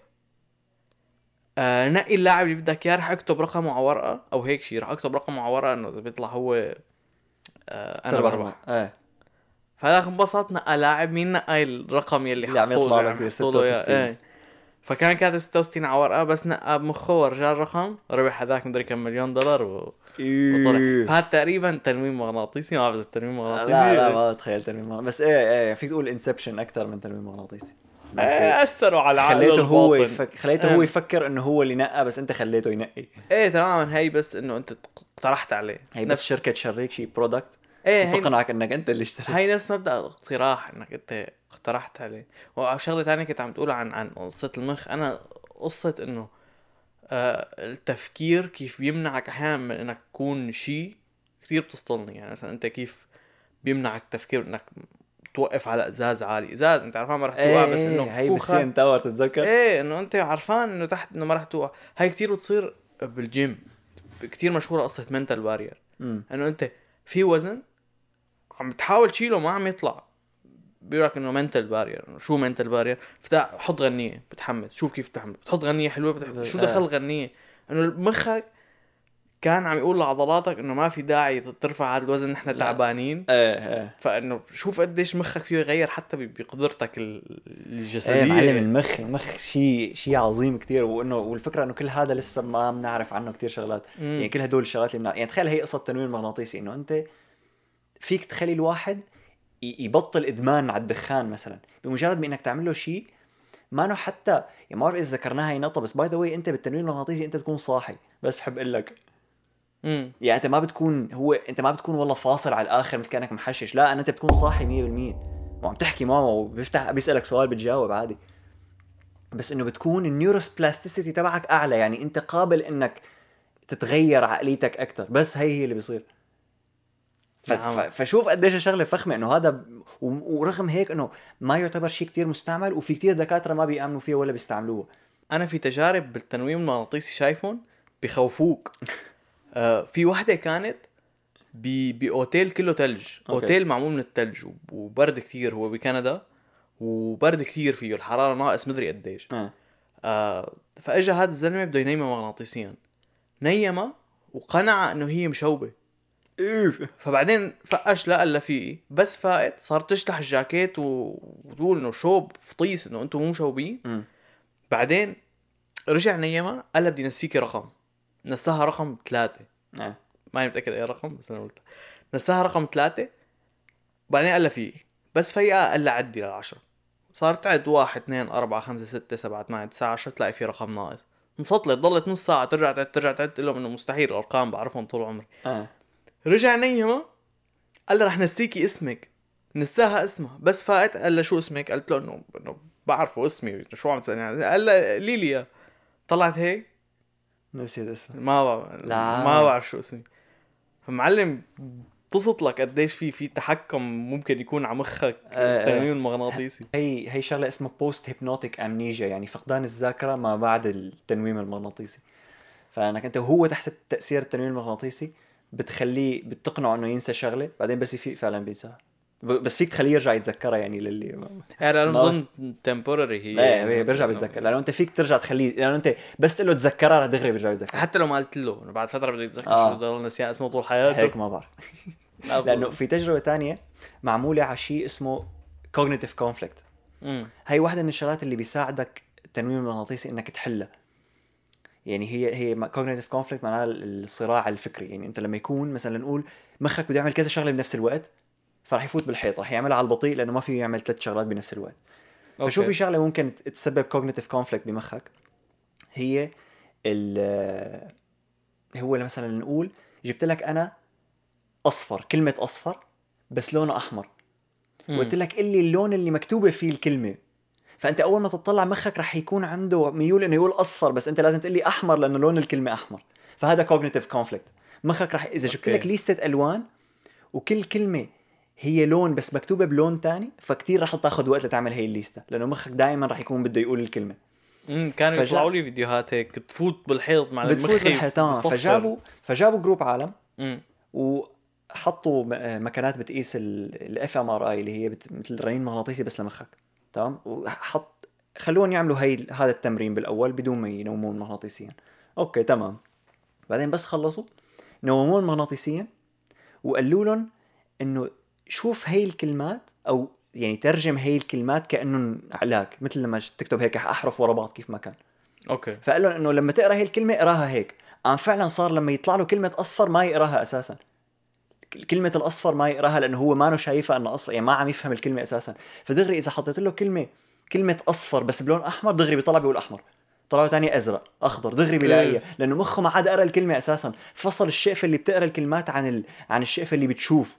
نقي اللاعب اللي بدك اياه، راح اكتب رقمه على ورقه او هيك شيء، راح اكتب رقمه على ورقه انه اذا بيطلع هو انا بربح. فهذاك انبسط، نقى لاعب. مين نقى الرقم يلي عم يطلع له كثير 66. فكان كاتب 66 على ورقه، بس نقى بمخه ورجع الرقم، ربح هذاك مدري كم مليون دولار وطلع. فهذا تقريبا تنويم مغناطيسي. ما بعرف اذا تنويم مغناطيسي. لا ما تخيل تنويم مغناطيسي، بس ايه فيك تقول انسبشن اكثر من تنويم مغناطيسي. اثروا على عقله الباطن. خليته هو يفكر انه هو اللي نقى، بس انت خليته ينقي. تماما. هي بس انه انت اقترحت عليه، هي بس شركه تشريك شيء برودكت تقنعك انك انت اللي اشتريت. هي نفس مبدأ الاقتراح، انك انت اقترحت عليه. وشغله ثانيه كنت عم تقول عن قصه المخ، انا قصه انه التفكير كيف بيمنعك احيانا من انك تكون شيء كثير بتسطلني. يعني مثلا انت كيف بيمنعك تفكير انك توقف على ازاز عالي، ازاز انت عارفان ما رح توقع، بس انه هي بالسين تاور تتذكر انه انت عارفان انه تحت انه ما رح توقع. هاي كثير بتصير بالجيم، كثير مشهوره قصه منتال بارير. انه انت في وزن عم تحاول تشيله ما عم يطلع، بيقولك انه منتال بارير. شو منتال بارير؟ حط غنيه بتحمس، شوف كيف تحمس، بتحط غنيه حلوه شو دخل غنيه؟ انه مخك كان عم يقول لعضلاتك انه ما في داعي ترفع هذا الوزن، نحن تعبانين. فانه شوف قديش مخك فيه يغير حتى بقدرتك الجسديه. معلم المخ شيء عظيم كتير. والفكره انه كل هذا لسه ما بنعرف عنه كتير شغلات. يعني كل هدول الشغلات اللي يعني تخيل هي قصه التنويم المغناطيسي، انه انت فيك تخلي الواحد يبطل ادمان على الدخان مثلا بمجرد انك تعمل له شيء ما انه حتى يعني ما بعرف اذا ذكرناها هي نقطه، بس باي ذا واي انت بالتنويم المغناطيسي انت بتكون صاحي، بس بحب اقول لك يعني انت ما بتكون والله فاصل على الاخر مثل كانك محشش. لا انت بتكون صاحي 100% وعم تحكي معه وبيفتح بيسالك سؤال بتجاوب عادي، بس انه بتكون النيوروبلاستيسيتي تبعك اعلى، يعني انت قابل انك تتغير عقليتك اكثر. بس هي اللي بيصير. فشوف قديش شغله فخمه انه هذا. ورغم هيك انه ما يعتبر شيء كتير مستعمل، وفي كتير دكاتره ما بيامنوا فيه ولا بيستعملوه. انا في تجارب بالتنويم المغناطيسي شايفهم بخوفوك. في وحده كانت باوتيل كله تلج. اوتيل معمول من التلج وبرد كتير، هو بكندا وبرد كتير فيه الحراره ناقص مدري قديش. فاجا هذا الزلمه بده ينيمه مغناطيسيا، نيمه وقنع انه هي مشوبه. فبعدين فقش لا الا فيه، بس فائت صارت تشلح الجاكيت وتقول انه شوب فطيس انه انتم مو مشوبين. بعدين رجع نيمه قال لها بدي نسيكي رقم، نساها رقم 3. ما متاكد اي رقم بس انا قلت نساها رقم 3. بعدين قال لها فيه، بس فيقه قال لها عدي ل10. صارت تعد 1 2 4 5 6 7 8 9 10 تلاقي في رقم ناقص. انسطلت ضلت نص ساعه ترجع تعد لهم انه مستحيل، الارقام بعرفهم طول عمري. رجع نيمه قال لها رح نسيكي اسمك، نساها اسمها، بس فائت قال لها شو اسمك؟ قالت له انه بعرفه اسمي، شو عم تسالني؟ قال لها ليليا. طلعت هيك نسيت اسمها، ما بعرف شو اسمي. فمعلم تصط لك قديش في تحكم ممكن يكون على مخك التنويم المغناطيسي. هي شغله اسمها بوست هيبنوتيك امنيجيا، يعني فقدان الذاكره ما بعد التنويم المغناطيسي. فانك انت وهو تحت تاثير التنويم المغناطيسي بتخليه بتقنعه انه ينسى شغله، بعدين بس يفيق فعلا بينساها، بس فيك تخليه يرجع يتذكرها. يعني للي يعني انا بظن تمبورري هي بيرجع بيتذكر، لانه انت فيك ترجع تخليه، لانه انت بس تقول له تذكرها رح دغري بيرجع يتذكر، حتى لو ما قلت له بعد فتره بده يتذكر شو ضل نسيان اسمه طول حياته. هيك ما بعرف. لانه في تجربه تانية معموله على شيء اسمه cognitive conflict. هاي واحدة من الشغلات اللي بيساعدك التنويم المغناطيسي انك تحلها. يعني هي cognitive conflict معناها الصراع الفكري. يعني انت لما يكون مثلا نقول مخك بده يعمل كذا شغله بنفس الوقت، فراح يفوت بالحيط، راح يعملها على البطيء لانه ما فيه يعمل 3 شغلات بنفس الوقت. فشو في شغله ممكن تسبب cognitive conflict بمخك، هي هو مثلا نقول جبت لك انا اصفر، كلمه اصفر بس لونه احمر، وقلت لك اللي اللون اللي مكتوبه فيه الكلمه، فانت اول ما تطلع مخك رح يكون عنده ميول انه يقول اصفر، بس انت لازم تقول لي احمر لانه لون الكلمه احمر. فهذا cognitive conflict. مخك رح اذا جبت لك ليستة الوان وكل كلمه هي لون بس مكتوبه بلون تاني، فكتير رح تاخذ وقت لتعمل هي الليسته، لانه مخك دائما رح يكون بده يقول الكلمه. كانوا يطلعوا لي فيديوهات هيك تفوت بالحيط مع المخ فجابوا جروب عالم وحطوا مكانات بتقيس الاف ام ار اي اللي هي مثل رنين مغناطيسي بس لمخك، تمام، خلوهم يعملوا هذا التمرين بالاول بدون ما ينومون مغناطيسيا. اوكي تمام. بعدين بس خلصوا نومون مغناطيسيا وقالوا لهم انه شوف هي الكلمات، او يعني ترجم هي الكلمات كانه علاج، مثل لما تكتب هيك احرف ورا بعض كيف ما كان. اوكي. فقال لهم انه لما تقرا هي الكلمه اقراها هيك. فعلا صار لما يطلع له كلمه اصفر ما يقراها اساسا، كلمه الاصفر ما يقراها لانه هو ما شايفها انه اصفر، يعني ما عم يفهم الكلمه اساسا. فدغري اذا حطيت له كلمه اصفر بس بلون احمر، دغري بيطلع بيقول احمر، طلعوا تاني ازرق اخضر، دغري بيلاقيها لانه مخه ما عاد قرا الكلمه اساسا، فصل الشقفه اللي بتقرا الكلمات عن الشقفه اللي بتشوف.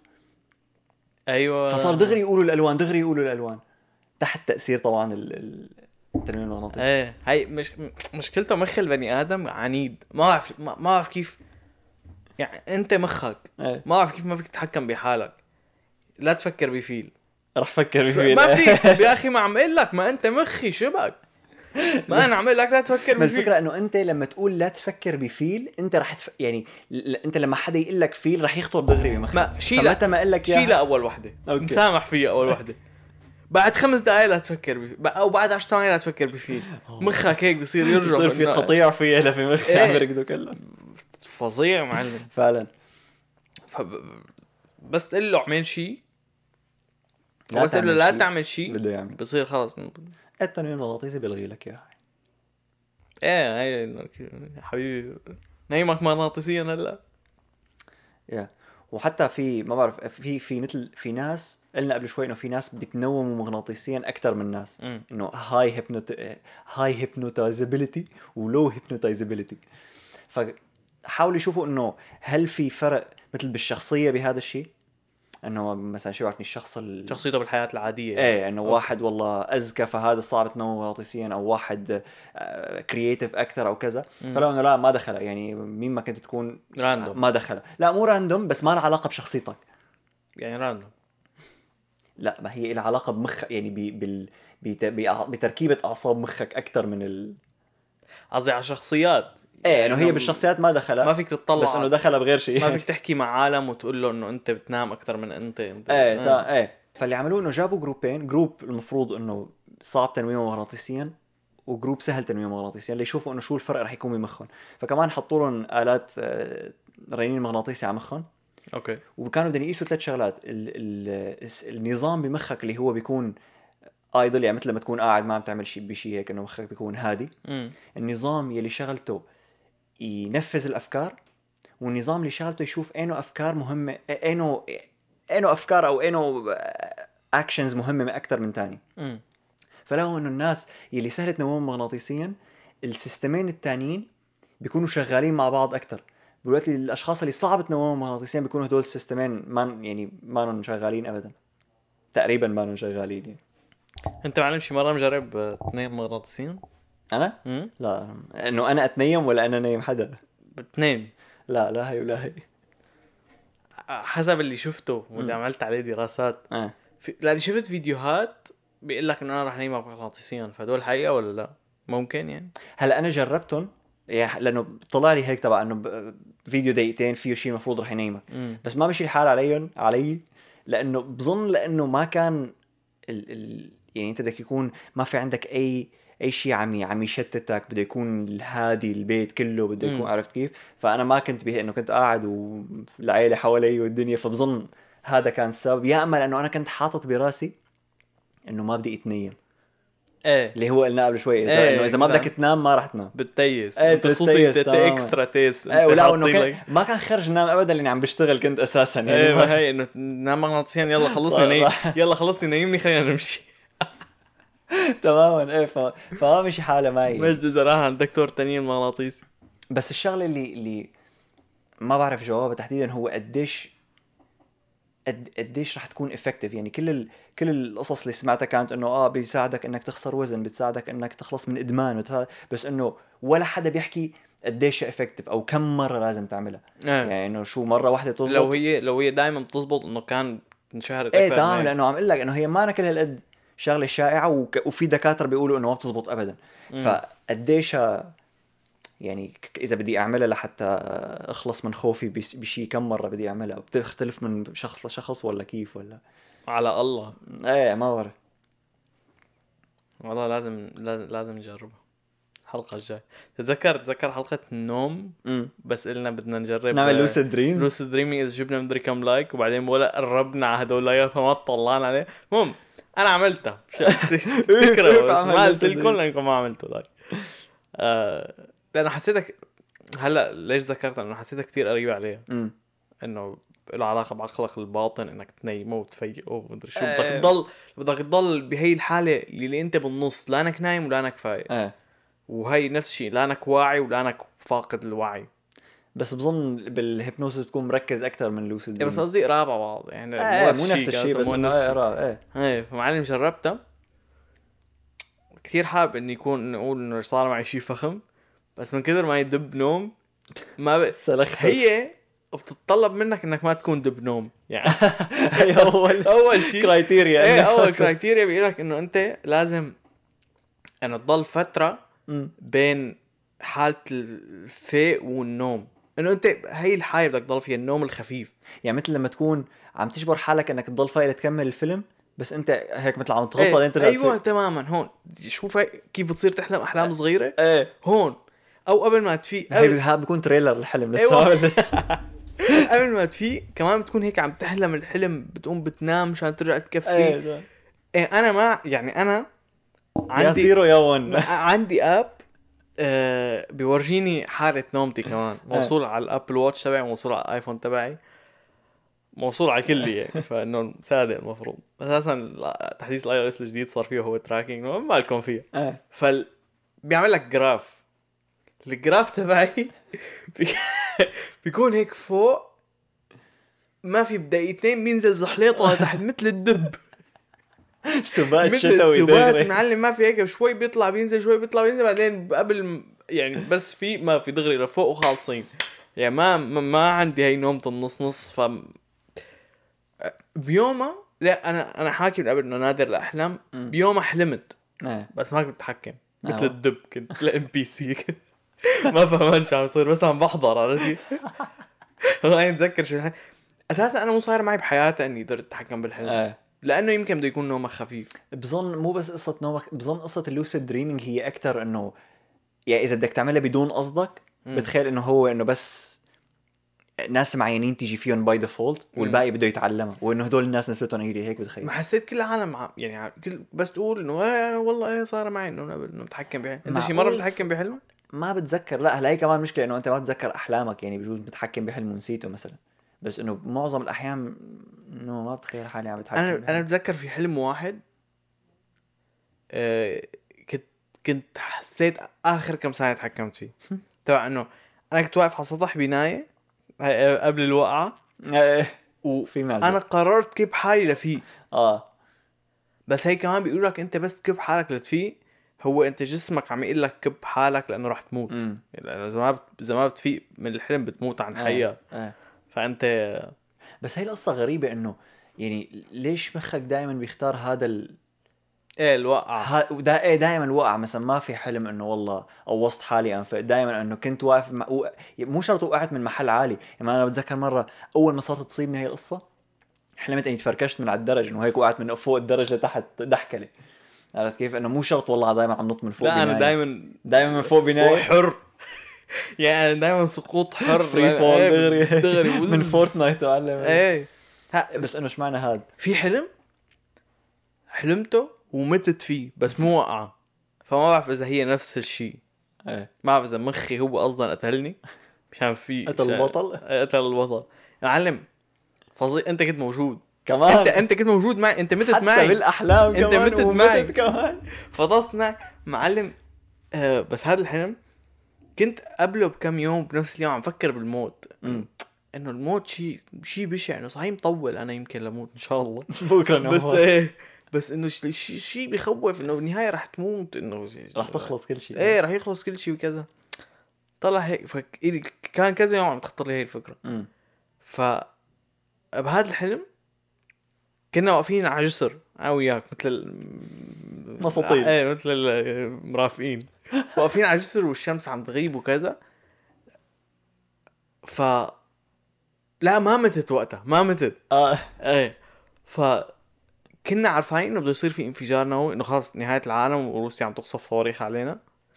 ايوه. فصار دغري يقولوا الالوان تحت تاثير طبعا التنويم المغناطيسي. ايه هي مشكلته مخ البني ادم عنيد، ما اعرف كيف. يعني انت مخك ما اعرف كيف ما فيك تتحكم بحالك. لا تفكر بفيل، رح فكر بفيل ما فيك يا اخي، ما عم اقول لك ما انت مخي شبك، ما انا عم اقول لك لا تفكر بفيل. الفكره انه انت لما تقول لا تفكر بفيل انت رح يعني انت لما حدا يقول لك فيل رح يخطر دغري بمخك. ما شيله ما اقول لك شيله اول وحده مسامح فيها اول وحده، بعد 5 دقائق لا تفكر بفيل، او بعد 10 ثواني لا تفكر بفيل. مخك هيك بصير يرجع، بصير في قطيع فيها في مخي عم يركضوا كله. فظيع معلم فعلا. بس تقول له اعمل شيء، بس تقول له لا تعمل شيء بده يعمل، بصير خلاص. التنويم المغناطيسي بيلغي لك اياها. هاي حبيبي نايمك مغناطيسيا هلا. وحتى في ما بعرف في مثل في ناس قلنا قبل شوي انه في ناس بتنوموا مغناطيسيا اكثر من ناس، انه هاي هيبنوتايزابيلتي ولو هيبنوتايزابيلتي. فحاولوا يشوفوا انه هل في فرق مثل بالشخصيه بهذا الشيء، انه مثلا شو بعرفني الشخص شخصيته بالحياه العاديه يعني. انه واحد والله اذكى فهذا صعب تنوم مغناطيسيا، او واحد كرييتيف اكثر او كذا. فلو انه لا ما دخل، يعني مين ما كنت تكون راندوم. ما دخل، لا مو راندوم بس ما له علاقه بشخصيتك، يعني راندوم. لا ما هي لها علاقه بمخ، يعني بتركيبه اعصاب مخك اكثر من قصدي على شخصيات. انه هي بالشخصيات ما دخلها، ما فيك تطلع، بس انه دخلها بغير شيء. ما فيك تحكي مع عالم وتقول له انه انت بتنام اكثر من انت. فاللي عملوه انه جابوا جروبين، جروب المفروض انه صعب تنويمه مغناطيسيا وجروب سهل تنويمه مغناطيسيا، اللي يشوفوا انه شو الفرق رح يكون بمخهم. فكمان حطوا لهم آلات رنين مغناطيسي على مخهم. اوكي. وكانوا بدهم يقيسوا 3 شغلات. النظام بمخك اللي هو بيكون ايدل، يعني مثل لما تكون قاعد ما عم تعمل شيء بشيء هيك، انه مخك بيكون هادي. النظام يلي شغلته ينفذ الافكار، والنظام اللي شغلته يشوف اينو افكار مهمه، اينو افكار او اينو اكشنز مهمه اكثر من ثاني. فلو انه الناس يلي سهلت نومهم مغناطيسيا السيستمين الثانيين بيكونوا شغالين مع بعض اكثر، بالوقت اللي الاشخاص اللي صعب تنومهم مغناطيسيا بيكونوا هدول السيستمين ما لهم شغالين ابدا، تقريبا ما لهم شغالين. يعني انت معلم شي مره مجرب تنام مغناطيسيا؟ انا لا، انه انا اتنيم ولا انا نايم حدا بتنام؟ لا هي ولا هي، حسب اللي شفته واللي عملت عليه دراسات. لاني شفت فيديوهات بيقول لك انه انا رح نايم مغناطيسيا، فدول حقيقه ولا لا؟ ممكن يعني. هلا انا جربتهم يعني، لانه طلع لي هيك تبع انه فيديو دقيقتين فيه شيء المفروض رح ينيمك، بس ما مشي الحال علي لانه بظن لانه ما كان يعني انت بدك يكون ما في عندك اي شيء عم يشتتك، بده يكون الهادي البيت كله، بده يكون عرفت كيف. فانا ما كنت به انه كنت قاعد والعائله حوالي والدنيا، فبظن هذا كان السبب. يا اما لانه انا كنت حاطط براسي انه ما بدي اتنيم، ايه اللي هو قلنا قبل شوي انه اذا ما بدك تنام ما راح تنام بتتيس ايه انت خصوصي انت تتيس تماماً. اكسترا تيس ايه ولا حاطين انه لك ما كان خرج نام ابدا لاني عم بشتغل كنت اساسا يعني ايه ما هي انه نام مغناطيسيا يلا خلصني نيم يلا خلصني نيمني خلينا نمشي. تماما ايه فما مشي حاله معي. مجد اذا راح عند دكتور تنين مغناطيسي. بس الشغله اللي ما بعرف جوابها تحديدا هو قديش رح تكون افكتيف. يعني كل القصص اللي سمعتها كانت انه بيساعدك انك تخسر وزن، بتساعدك انك تخلص من ادمان، بس انه ولا حدا بيحكي قديش افكتيف او كم مره لازم تعملها. يعني انه شو مره واحده تزبط. لو هي دائما بتزبط انه كان انشهرت ايه تمام، لانه عم اقول لك انه هي ما أنا كل هالقد شغله شائعه وفي دكاتره بيقولوا انه ما بتزبط ابدا. فقديش يعني اذا بدي اعملها لحتى اخلص من خوفي بشي كم مره بدي اعملها، بتختلف من شخص لشخص ولا كيف ولا على الله. ايه ما بعرف والله لازم نجربها الحلقه الجايه. تذكر حلقه النوم بس قلنا بدنا نجرب نعمل لوسيد دريمز. لوسيد دريمينج اذا جبنا مدري كم لايك وبعدين ولا قربنا على هدول فما طلعنا عليه. المهم انا عملتها تكره بس ما قلت لكم لانكم ما عملتوا لايك. لانه حسيتك هلا ليش ذكرت انه حسيتها كتير قريبه عليها. انه له علاقه بعقلك الباطن انك تنيمه وتفيقه ومدري شو. بدك تضل بهي الحاله اللي انت بالنص، لا انك نايم ولا انك فايق. وهي نفس الشيء، لا انك واعي ولا انك فاقد الوعي. بس بظن بالهيبنوسيس بتكون مركز اكثر من لوسيد دريمز. بس قصدي قرابه بعض يعني مو نفس الشيء بس انه ايه فمعلم جربتها كثير حابب اني نقول انه صار معي شيء فخم، بس من كثر ما يدب نوم ما هي بتتطلب منك انك ما تكون دب نوم يعني. هي اول شيء كرايتيريا. ايه اول كرايتيريا بيقول لك انه انت لازم انه تضل فتره بين حاله الفيق والنوم، انه انت هي الحاله بدك تضل فيها النوم الخفيف. يعني مثل لما تكون عم تجبر حالك انك تضل فايق تكمل الفيلم بس انت هيك مثل عم تغطى لين ترجع. ايوه تماما. هون شوف كيف بتصير تحلم احلام صغيره. هون او قبل ما تفيق هي بيكون تريلر الحلم لسه. قبل ما تفيق كمان بتكون هيك عم تحلم الحلم، بتقوم بتنام مشان ترجع تكفي. انا ما يعني انا عندي يا زيرو يا ون عندي اب بيورجيني حالة نومتي كمان موصول على الابل واتش تبعي، موصول على الايفون تبعي، موصول على كلي يعني. فانه صادق المفروض اساسا تحديث الاي او اس الجديد صار فيه هو تراكينج ما لكم فيه. بيعمل لك جراف، الجراف تبعي بيكون هيك فوق ما في بدايتين بينزل زحليطه تحت مثل الدب. سبات شتوي دغري معلم ما في هيك شوي بيطلع بينزل شوي بيطلع بينزل بعدين قبل يعني بس في ما في دغري لفوق وخالصين يعني ما عندي هي نومة النص نص. ف بيومها لا انا حاكي من قبل انه نادر الاحلام. بيومها حلمت بس ما كنت اتحكم مثل الدب كنت لا ام بي سي ما فهمت شو عم يصير بس عم بحضر عرفتي. والله اتذكر شو اساسا انا مو صاير معي بحياتي اني قدرت اتحكم بالحلم. لانه يمكن بده يكون نومك خفيف. بظن مو بس قصه نومك، بظن قصه اللوسيد دريمينج هي اكثر انه يعني اذا بدك تعملها بدون قصدك بتخيل انه هو انه بس ناس معينين تيجي فيهم باي ديفولت والباقي بده يتعلمها، وانه هدول الناس نسبتهم هيك بتخيل. ما حسيت كل العالم يعني كل بس تقول انه والله صار معي انه متحكم بحلم. انت شي مره متحكم بحلمك؟ ما بتذكر. لا هلا هي كمان مشكله انه انت ما بتذكر احلامك، يعني بجوز متحكم بحلم ونسيته مثلا، بس انه معظم الاحيان انه ما بتخيل حالي عم بتحكم. انا بتذكر في حلم واحد كنت حسيت اخر كم سنه تحكمت فيه. تبع انه انا كنت واقف على سطح بنايه قبل الوقعه وفي انا قررت كب حالي لفيه. بس هي كمان بيقول لك انت بس تكب حالك لتفيق، هو انت جسمك عم يقول لك كب حالك لانه راح تموت. يعني اذا ما بتفيق من الحلم بتموت عن حياه. فانت بس هي القصه غريبه انه يعني ليش مخك دائما بيختار هذا الوقعه دائما الوقعه. مثلا ما في حلم انه والله قوصت حالي انفق، دائما انه كنت واقف مو شرط وقعت من محل عالي. يعني انا بتذكر مره اول ما صارت تصيبني هي القصه حلمت اني تفركشت من على الدرج، انه هيك وقعت من فوق الدرج لتحت دحكله. عرفت كيف؟ انه مو شرط والله دائما عم نط من فوق بنايه. لا انا دائما من فوق بنايه حر يعني دائما سقوط حر فري فول دغري من فورتنايت. تعلم بس انه ايش معنى هذا؟ في حلم حلمته ومتت فيه بس مو وقع. فما بعرف اذا هي نفس الشيء. ايه ما بعرف اذا مخي هو اصلا قتلني مشان في قتل البطل قتل البطل. يا معلم فظيع. انت كنت موجود كمان. انت كنت موجود معي. انت متت حتى معي بالاحلام انت كمان متت معي ومتت كمان. فطست معي معلم. بس هذا الحلم كنت قبله بكم يوم بنفس اليوم عم فكر بالموت. انه الموت شيء بشع. انه صحيح مطول انا يمكن لموت ان شاء الله بكره بس نوار. بس انه شيء بيخوف انه بالنهايه رح تموت. انه رح تخلص كل شيء. ايه رح يخلص كل شيء وكذا. طلع هيك كان كذا يوم عم تخطر لي هي الفكره. ف بهذا الحلم كنا واقفين على جسر انا وياك مثل مساطيل. ايه مثل المرافقين واقفين على جسر والشمس عم تغيب وكذا. ف لا ما متت وقتها ما متت. ايه كنا عارفين انه بده يصير في انفجار نووي. انه خلاص نهايه العالم وروسيا عم تقصف صواريخ علينا.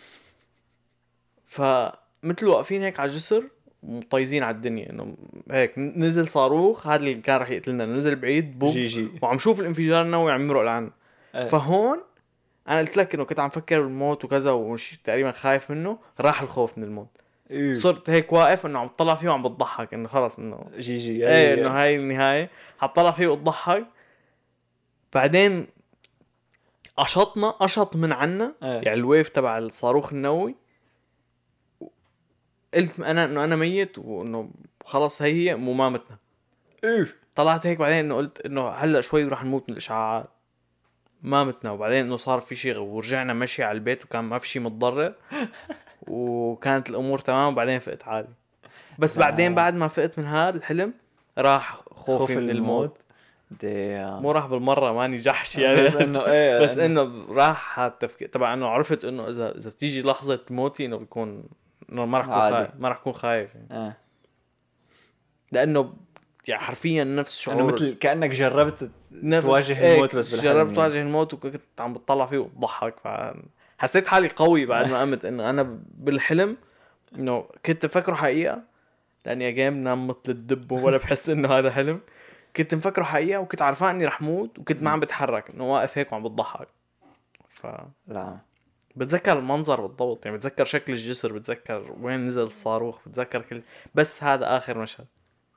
فمثل واقفين هيك على الجسر مطيزين على الدنيا. انه هيك نزل صاروخ هذا اللي كان رح يقتلنا نزل بعيد بوف جي وعم شوف الانفجار النووي عم يمرق لعنا. فهون انا قلت لك انه كنت عم فكر بالموت وكذا ومش تقريبا خايف منه. راح الخوف من الموت. صرت هيك واقف انه عم تطلع فيه وعم بتضحك انه خلص انه جي ايه انه هاي النهايه. حطلع فيه وتضحك. بعدين اشط من عنا يعني الويف تبع الصاروخ النووي. قلت انا انه انا ميت وانه خلص هي مو مامتنا. طلعت هيك بعدين انه قلت انه هلا شوي راح نموت من الاشعاعات مامتنا. وبعدين انه صار في شيء ورجعنا مشي على البيت وكان ما في شيء متضرر وكانت الامور تمام. وبعدين فقت عادي. بس بعدين بعد ما فقت من هذا الحلم راح خوفي من الموت. مو راح بالمره ماني جحش يعني بس انه ايه بس انه راح التفكير تبع انه عرفت انه اذا بتيجي لحظه موتي انه بيكون انه ما راح اكون خايف. ما راح اكون خايف يعني. لانه يعني حرفيا نفس شعور انه مثل كانك جربت تواجه الموت بس بالحلم. جربت تواجه الموت وكنت عم بتطلع فيه وتضحك. فحسيت حالي قوي بعد ما قمت. انه انا بالحلم انه كنت فكره حقيقه لاني اجام نام مثل الدب ولا بحس انه هذا حلم. كنت مفكره حقيقه وكنت عارفان اني رح موت وكنت ما عم بتحرك انه واقف هيك وعم بتضحك. لا بتذكر المنظر بالضبط يعني. بتذكر شكل الجسر بتذكر وين نزل الصاروخ بتذكر كل. بس هذا اخر مشهد.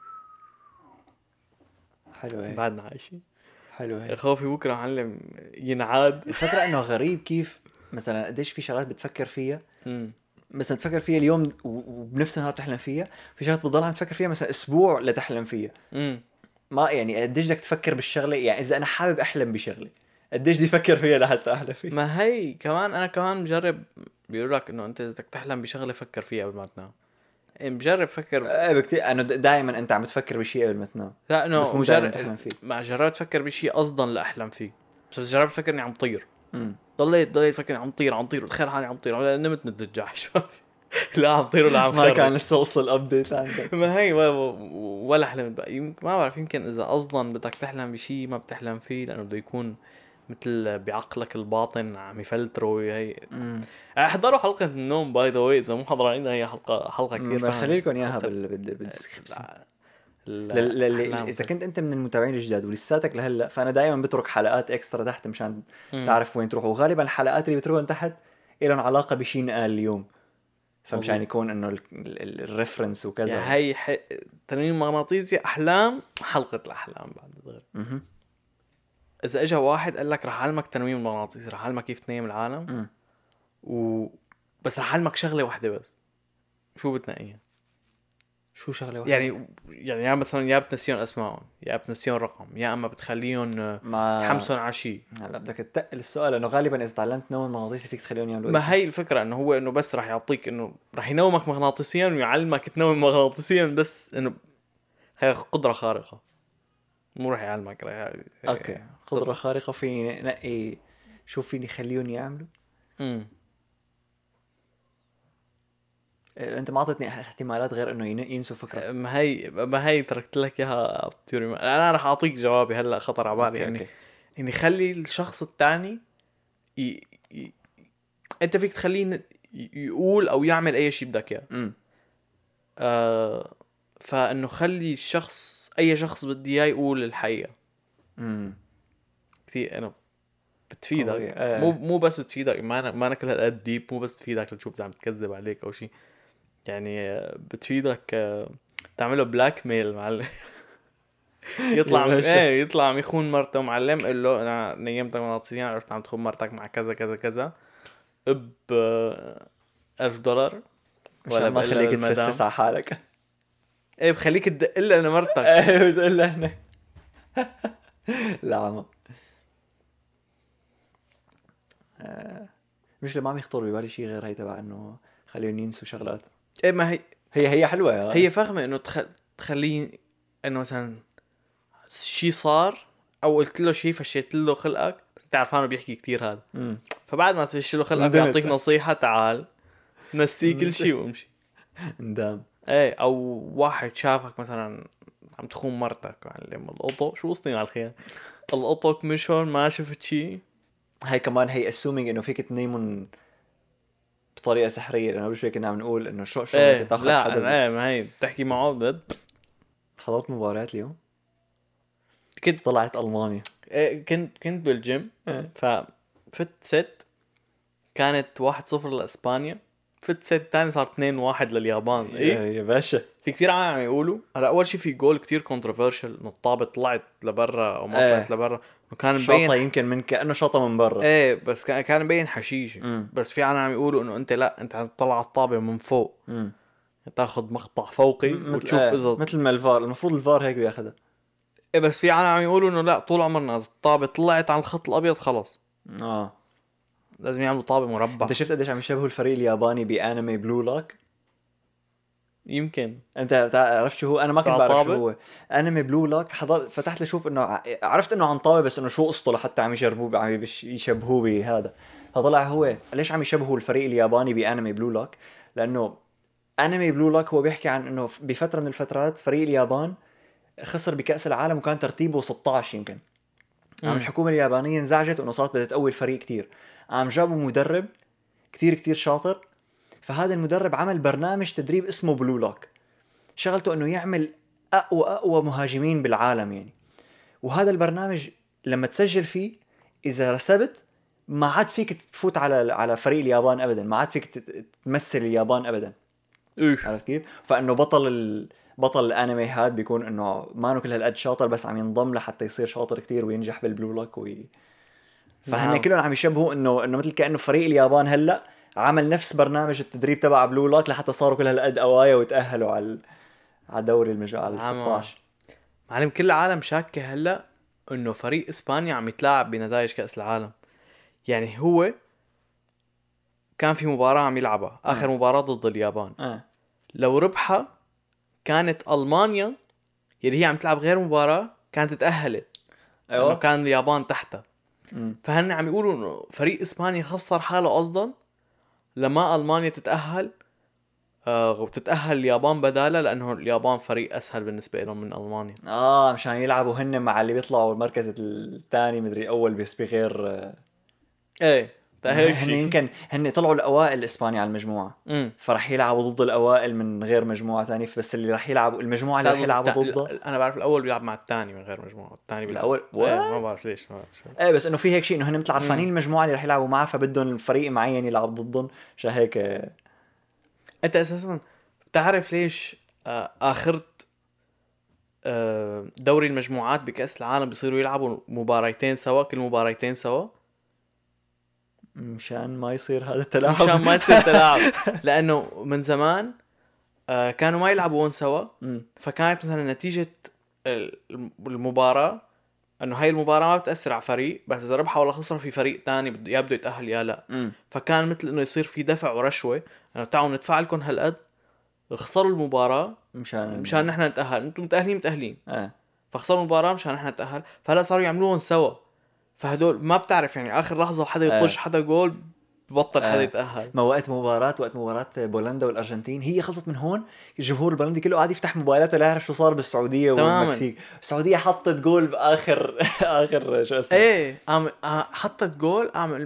حلو هيك. بعدنا عايشين. حلو هيك. خوفي بكره معلم ينعاد. الفكره انه غريب كيف مثلا قديش في شغلات بتفكر فيها مثلا تفكر فيها اليوم وبنفس النهار بتحلم فيها. في شغلات بتضل عم تفكر فيها مثلا اسبوع لتحلم فيها. ما يعني قديش بدك تفكر بالشغله. يعني اذا انا حابب احلم بشغله قديش بدي افكر فيها لحتى احلم فيها. ما هي كمان انا كمان مجرب. بيقول لك انه انت اذا بدك تحلم بشغله فكر فيها قبل ما تنام. مجرب فكر. بكتير انه دائما انت عم تفكر بشيء قبل ما تنام. لا انه بس مو دائما تحلم فيه. ما جربت افكر بشيء قصدا لاحلم فيه. بس جربت افكر اني عم طير. ضليت افكر عم طير وتخيل حالي عم طير. نمت مثل الجحش. لا عم طير ولا عم ما كان لسه وصل الابديت عندك. ما هي ولا حلمت بقى. ما بعرف يمكن اذا اصلا بدك تحلم بشيء ما بتحلم فيه لانه بده يكون مثل بعقلك الباطن عم يفلتروا. هي احضروا حلقه النوم باي ذا واي اذا مو حضرانينها. هي حلقه كثير بخلي لكم اياها بالديسكربشن. اذا كنت انت من المتابعين الجداد ولساتك لهلا فانا دائما بترك حلقات اكسترا تحت مشان تعرف وين تروح. وغالبا الحلقات اللي بتروحون تحت لهم علاقه بشيء نقال اليوم. فمشان يكون انه الريفرنس وكذا. يعني هي تنويم مغناطيسي احلام حلقه الاحلام بعد غير. اذا اجى واحد قال لك رح اعلمك تنويم مغناطيسي رح اعلمك كيف تنيم العالم بس رح اعلمك شغله واحده بس شو بتنقيها؟ شو شغله واحده؟ يعني يا مثلا يا بتنسيون اسمائهم يا بتنسيون رقم يا اما بتخليهم تحمسون على شيء. هلا بدك تتقل السؤال لانه غالبا اذا تعلمت نوم مغناطيسي فيك تخليهم يعملوا. ما هي الفكره انه هو انه بس رح يعطيك انه رح ينومك مغناطيسيا ويعلمك تنوم مغناطيسيا. بس انه هي قدره خارقه مو رح يعلمك اوكي قدره خارقه فيني نقي شو فيني خليهم يعملوا. انت ما اعطيتني احتمالات غير انه ينسوا فكره. ما هي تركت لك اياها تيوري. انا راح اعطيك جوابي هلا خطر على بالي. يعني اني خلي الشخص الثاني انت فيك تخليه يقول او يعمل اي شيء بدك اياه. فانه خلي الشخص اي شخص بدي اياه يقول الحقيقه. كثير انا بتفيدك إيه. مو بس بتفيدك ما كل هالقد ديب، مو بس بتفيدك لتشوف اذا عم تكذب عليك او شيء يعني، بتفيدك تعمله بلاك ميل معلم. يطلع يا باشا. يطلع عم يخون مرته، معلم قال له انا نيمتك مغناطيسيا، عرفت عم تخون مرتك مع كذا كذا كذا ب $1000 مشان ما بقول لها خليك للمدام تفسس على حالك. ايه بخليك تدق لها لمرتك. ايه بتقول لها انك لا عم مش لما عم يخطر ببالي شيء غير هي تبع انه خليهم ينسوا شغلات. ايه ما هي حلوه يا هي فاهمه انه تخليه انه مثلا شيء صار او قلت له شيء فشيت له خلقك، بتعرف انه بيحكي كتير هذا، فبعد ما تفش له خلقك ندمت. بيعطيك نصيحه، تعال نسي كل شيء وامشي. ندام. ايه او واحد شافك مثلا عم تخون مرتك، معلم القطو شو قصتي مع الخيال، القطو مشون ما شفت شيء. هي كمان هي assuming انه فيك تنيمون بطريقه سحريه، لانه قبل شوي كنا عم نقول انه شو ايه بدك تاخذ لا حدا. ايه ما هي بتحكي معه بجد. حضرت مباريات اليوم، كنت طلعت المانيا. إيه كنت بالجيم، ففت ست كانت 1-0 لاسبانيا، فت ست تاني صار 2-1 لليابان. ايه يا باشا في كتير عم يقولوا هلا اول شيء في جول كتير كونتروفيرشل انه الطابه طلعت لبرا او ما طلعت لبرا، وكان شاطه مبين يمكن من كانه شاطه من برا. ايه بس كان مبين حشيشه. بس في عم يقولوا انه انت لا، انت عم تطلع على الطابه من فوق، تاخذ مقطع فوقي وتشوف اذا مثل ما الفار، المفروض الفار هيك بياخذها. إيه بس في عم يقولوا انه لا، طول عمرنا اذا الطابه طلعت عن الخط الابيض خلص لازم يعملوا طابه مربع. انت شفت قديش عم يشبهوا الفريق الياباني بانمي بلو لوك؟ يمكن انت عرفت شو هو؟ انا ما كنت بعرف شو هو انمي بلو لوك. فتحت لشوف انه عرفت انه عن طابه، بس انه شو قصته لحتى عم يجربوه عم يشبهوه بهذا. فطلع هو ليش عم يشبهوا الفريق الياباني بانمي بلو لوك، لانه انمي بلو لوك هو بيحكي عن انه بفتره من الفترات فريق اليابان خسر بكأس العالم وكان ترتيبه 16 يمكن. عم الحكومة اليابانية انزعجت وانه صارت بدها تقوي الفريق كتير، قام جابوا مدرب كتير شاطر. فهذا المدرب عمل برنامج تدريب اسمه بلو لوك، شغلته انه يعمل اقوى مهاجمين بالعالم يعني. وهذا البرنامج لما تسجل فيه اذا رسبت ما عاد فيك تفوت على فريق اليابان ابدا، ما عاد فيك تمثل اليابان ابدا. عرفت كيف؟ فانه بطل الانمي هاد بيكون انه ما انه كل هالقد شاطر، بس عم ينضم لحتى يصير شاطر كتير وينجح بالبلو لوك فهن كلهم عم يشبهوا انه مثل كانه فريق اليابان هلا عمل نفس برنامج التدريب تبع بلو لوك لحتى صاروا كل هالقد قوايا وتاهلوا على دوري على 16. معلم كل العالم شاكه هلا انه فريق اسبانيا عم يتلاعب بنتائج كاس العالم. يعني هو كان في مباراه عم يلعبها اخر مباراه ضد اليابان، لو ربحها كانت ألمانيا يلي هي عم تلعب غير مباراة كانت تأهلت. أيوة. كان اليابان تحتها. فهن عم يقولوا إنه فريق إسبانيا خسر حاله قصدا لما ألمانيا تتأهل، وتتأهل اليابان بدالة، لأنه اليابان فريق أسهل بالنسبة لهم من ألمانيا. مشان يلعبوا هن مع اللي بيطلعوا المركز الثاني مدري أول بس بغير. إيه هن يمكن هن طلعوا الأوائل إسبانيا على المجموعة، فرح يلعبوا ضد الأوائل من غير مجموعة ثانية. بس اللي رح يلعبوا المجموعة اللي رح يلعبوا ضده، أنا بعرف الأول بيلعب مع الثاني من غير مجموعة، الثاني الأول ما بعرف ليش بس إنه في هيك شيء إنه هن مثل عارفانين المجموعة اللي رح يلعبوا معها، فبدهم فريق معين يلعب ضدهم. عشان هيك أنت أساسا تعرف ليش آخرت دوري المجموعات بكأس العالم بيصيروا يلعبوا مباراتين سوا، كل مباراتين سوا؟ مشان ما يصير هذا التلاعب. مشان ما يصير تلاعب. لأنه من زمان كانوا ما يلعبون سوا، فكانت مثلا نتيجة المباراة انه هاي المباراة ما بتأثر على فريق، بس اذا ربحوا ولا خسروا في فريق تاني يا بده يتأهل يا لا. فكان مثل انه يصير في دفع ورشوة انه تعالوا ندفع لكم هالقد، خسروا المباراة مشان نحن نتأهل، انتم متأهلين فخسروا المباراة مشان نحن نتأهل. فهلا صاروا يعملوهم سوا، فهدول ما بتعرف يعني اخر لحظة حدا يطش حدا جول بطل حدا يتأهل. ما وقت مباراة بولندا والأرجنتين هي خلصت من هون، الجمهور البولندي كله قاعد يفتح موبايلاته لا يعرف شو صار بالسعودية والمكسيك. السعودية حطت جول بآخر آخر شو اسمه ايه حطت جول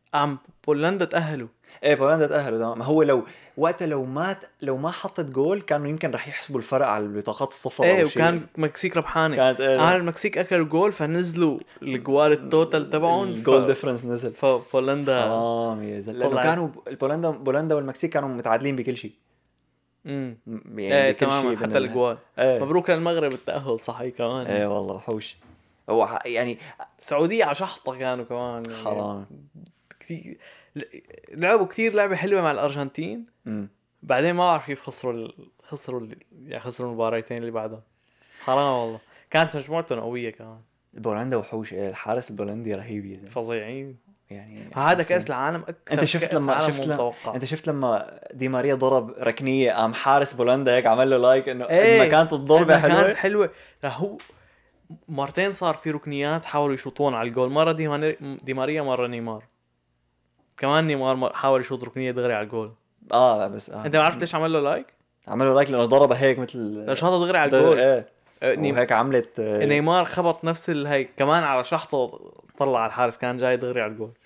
بولندا تأهلوا. ايه بولندا تأهلوا تمام. هو لو وقتها لو ما حطت جول كانوا يمكن رح يحسبوا الفرق على البطاقات الصفراء ايه او شيء. وكان المكسيك ربحانه. كانت ايه المكسيك اكلوا جول فنزلوا الجوال التوتال تبعهم. الجول ديفرنس نزل. فبولندا حرام يا زلمه لانه كانوا بولندا والمكسيك كانوا متعادلين بكل شيء. يعني ايه بكل شيء حتى الجوال. ايه. مبروك للمغرب التأهل صحيح كمان. ايه والله وحوش. هو يعني السعودية على شحطة كانوا كمان يعني حرام كثير لعبوا كثير لعبة حلوة مع الأرجنتين. بعدين ما بعرف كيف خسروا المباراتين اللي بعدها. حرام والله كانت مجموعتهم قوية كمان. بولندا وحوش. الحارس البولندي رهيب يا زلمه فظيعين يعني. هذا كأس العالم أكثر. انت شفت لما دي ماريا ضرب ركنيه قام حارس بولندا هيك عمل له لايك انه ايه ما كانت الضربه حلوه. كانت حلوه. هو مرتين صار في ركنيات حاولوا يشوطون على الجول. مره دي ماريا مره نيمار. كمان نيمار حاول يشوط ركنيه دغري على الجول. بس انت ما عرفت ليش عمل له لايك؟ عمل له لايك لانه ضربها هيك مثل شاطها دغري على الجول. وهيك عملت نيمار خبط نفس هيك كمان على شحطه طلع على الحارس كان جاي دغري على الجول.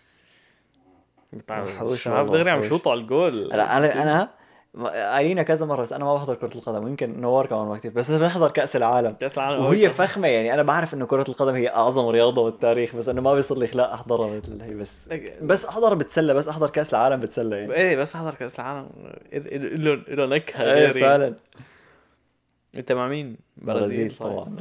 الشباب دغري عم يشوطوا على الجول. انا قايلينها كذا مره بس انا ما بحضر كره القدم ويمكن نوار كمان ما كتير بس بحضر كاس العالم وهي فخمه يعني. انا بعرف انه كره القدم هي اعظم رياضه بالتاريخ بس انه ما بيصير لي خلاق احضرها مثل هي. بس احضر بتسلى. بس احضر كاس العالم بتسلى يعني. ايه بس احضر كاس العالم له نكهه غير فعلا. انت مع مين؟ برازيل طبعا.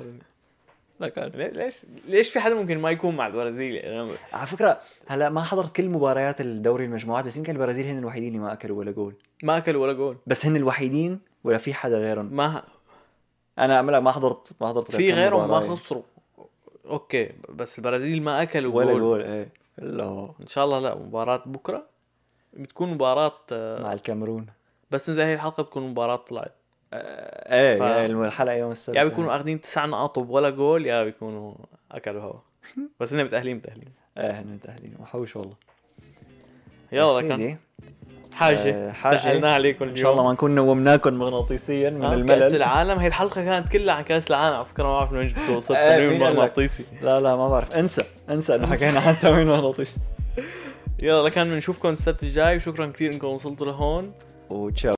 ليش في حدا ممكن ما يكون مع البرازيل يعني؟ على فكره هلا ما حضرت كل مباريات الدوري المجموعات بس يمكن البرازيل هن الوحيدين اللي ما اكلوا ولا جول. بس هن الوحيدين ولا في حدا غيرهم؟ انا ما حضرت في غيرهم ما خسروا. اوكي بس البرازيل ما اكلوا ولا جول. ايه لا ان شاء الله. لا مباراه بكره بتكون مباراه مع الكاميرون. بس زي هي الحلقه تكون مباراه طلعت. ايه الحلقه يوم السبت. يا بيكونوا اخذين 9 نقاط ولا جول يا بيكونوا اكلوا هوا. بس هن متاهلين. ايه هن متاهلين وحوش والله. يلا كان حاجه سألنا عليكم اليوم. ان شاء الله ما نكون نومناكم مغناطيسيا من الملل. كأس العالم هي الحلقه كانت كلها عن كأس العالم. على فكره ما بعرف من وين جبتوا وصلت تنويم مغناطيسي. لا ما بعرف. انسى انه حكينا عن تنويم مغناطيسي. يلا كان بنشوفكم السبت الجاي وشكرا كثير انكم وصلتوا لهون وتشاو.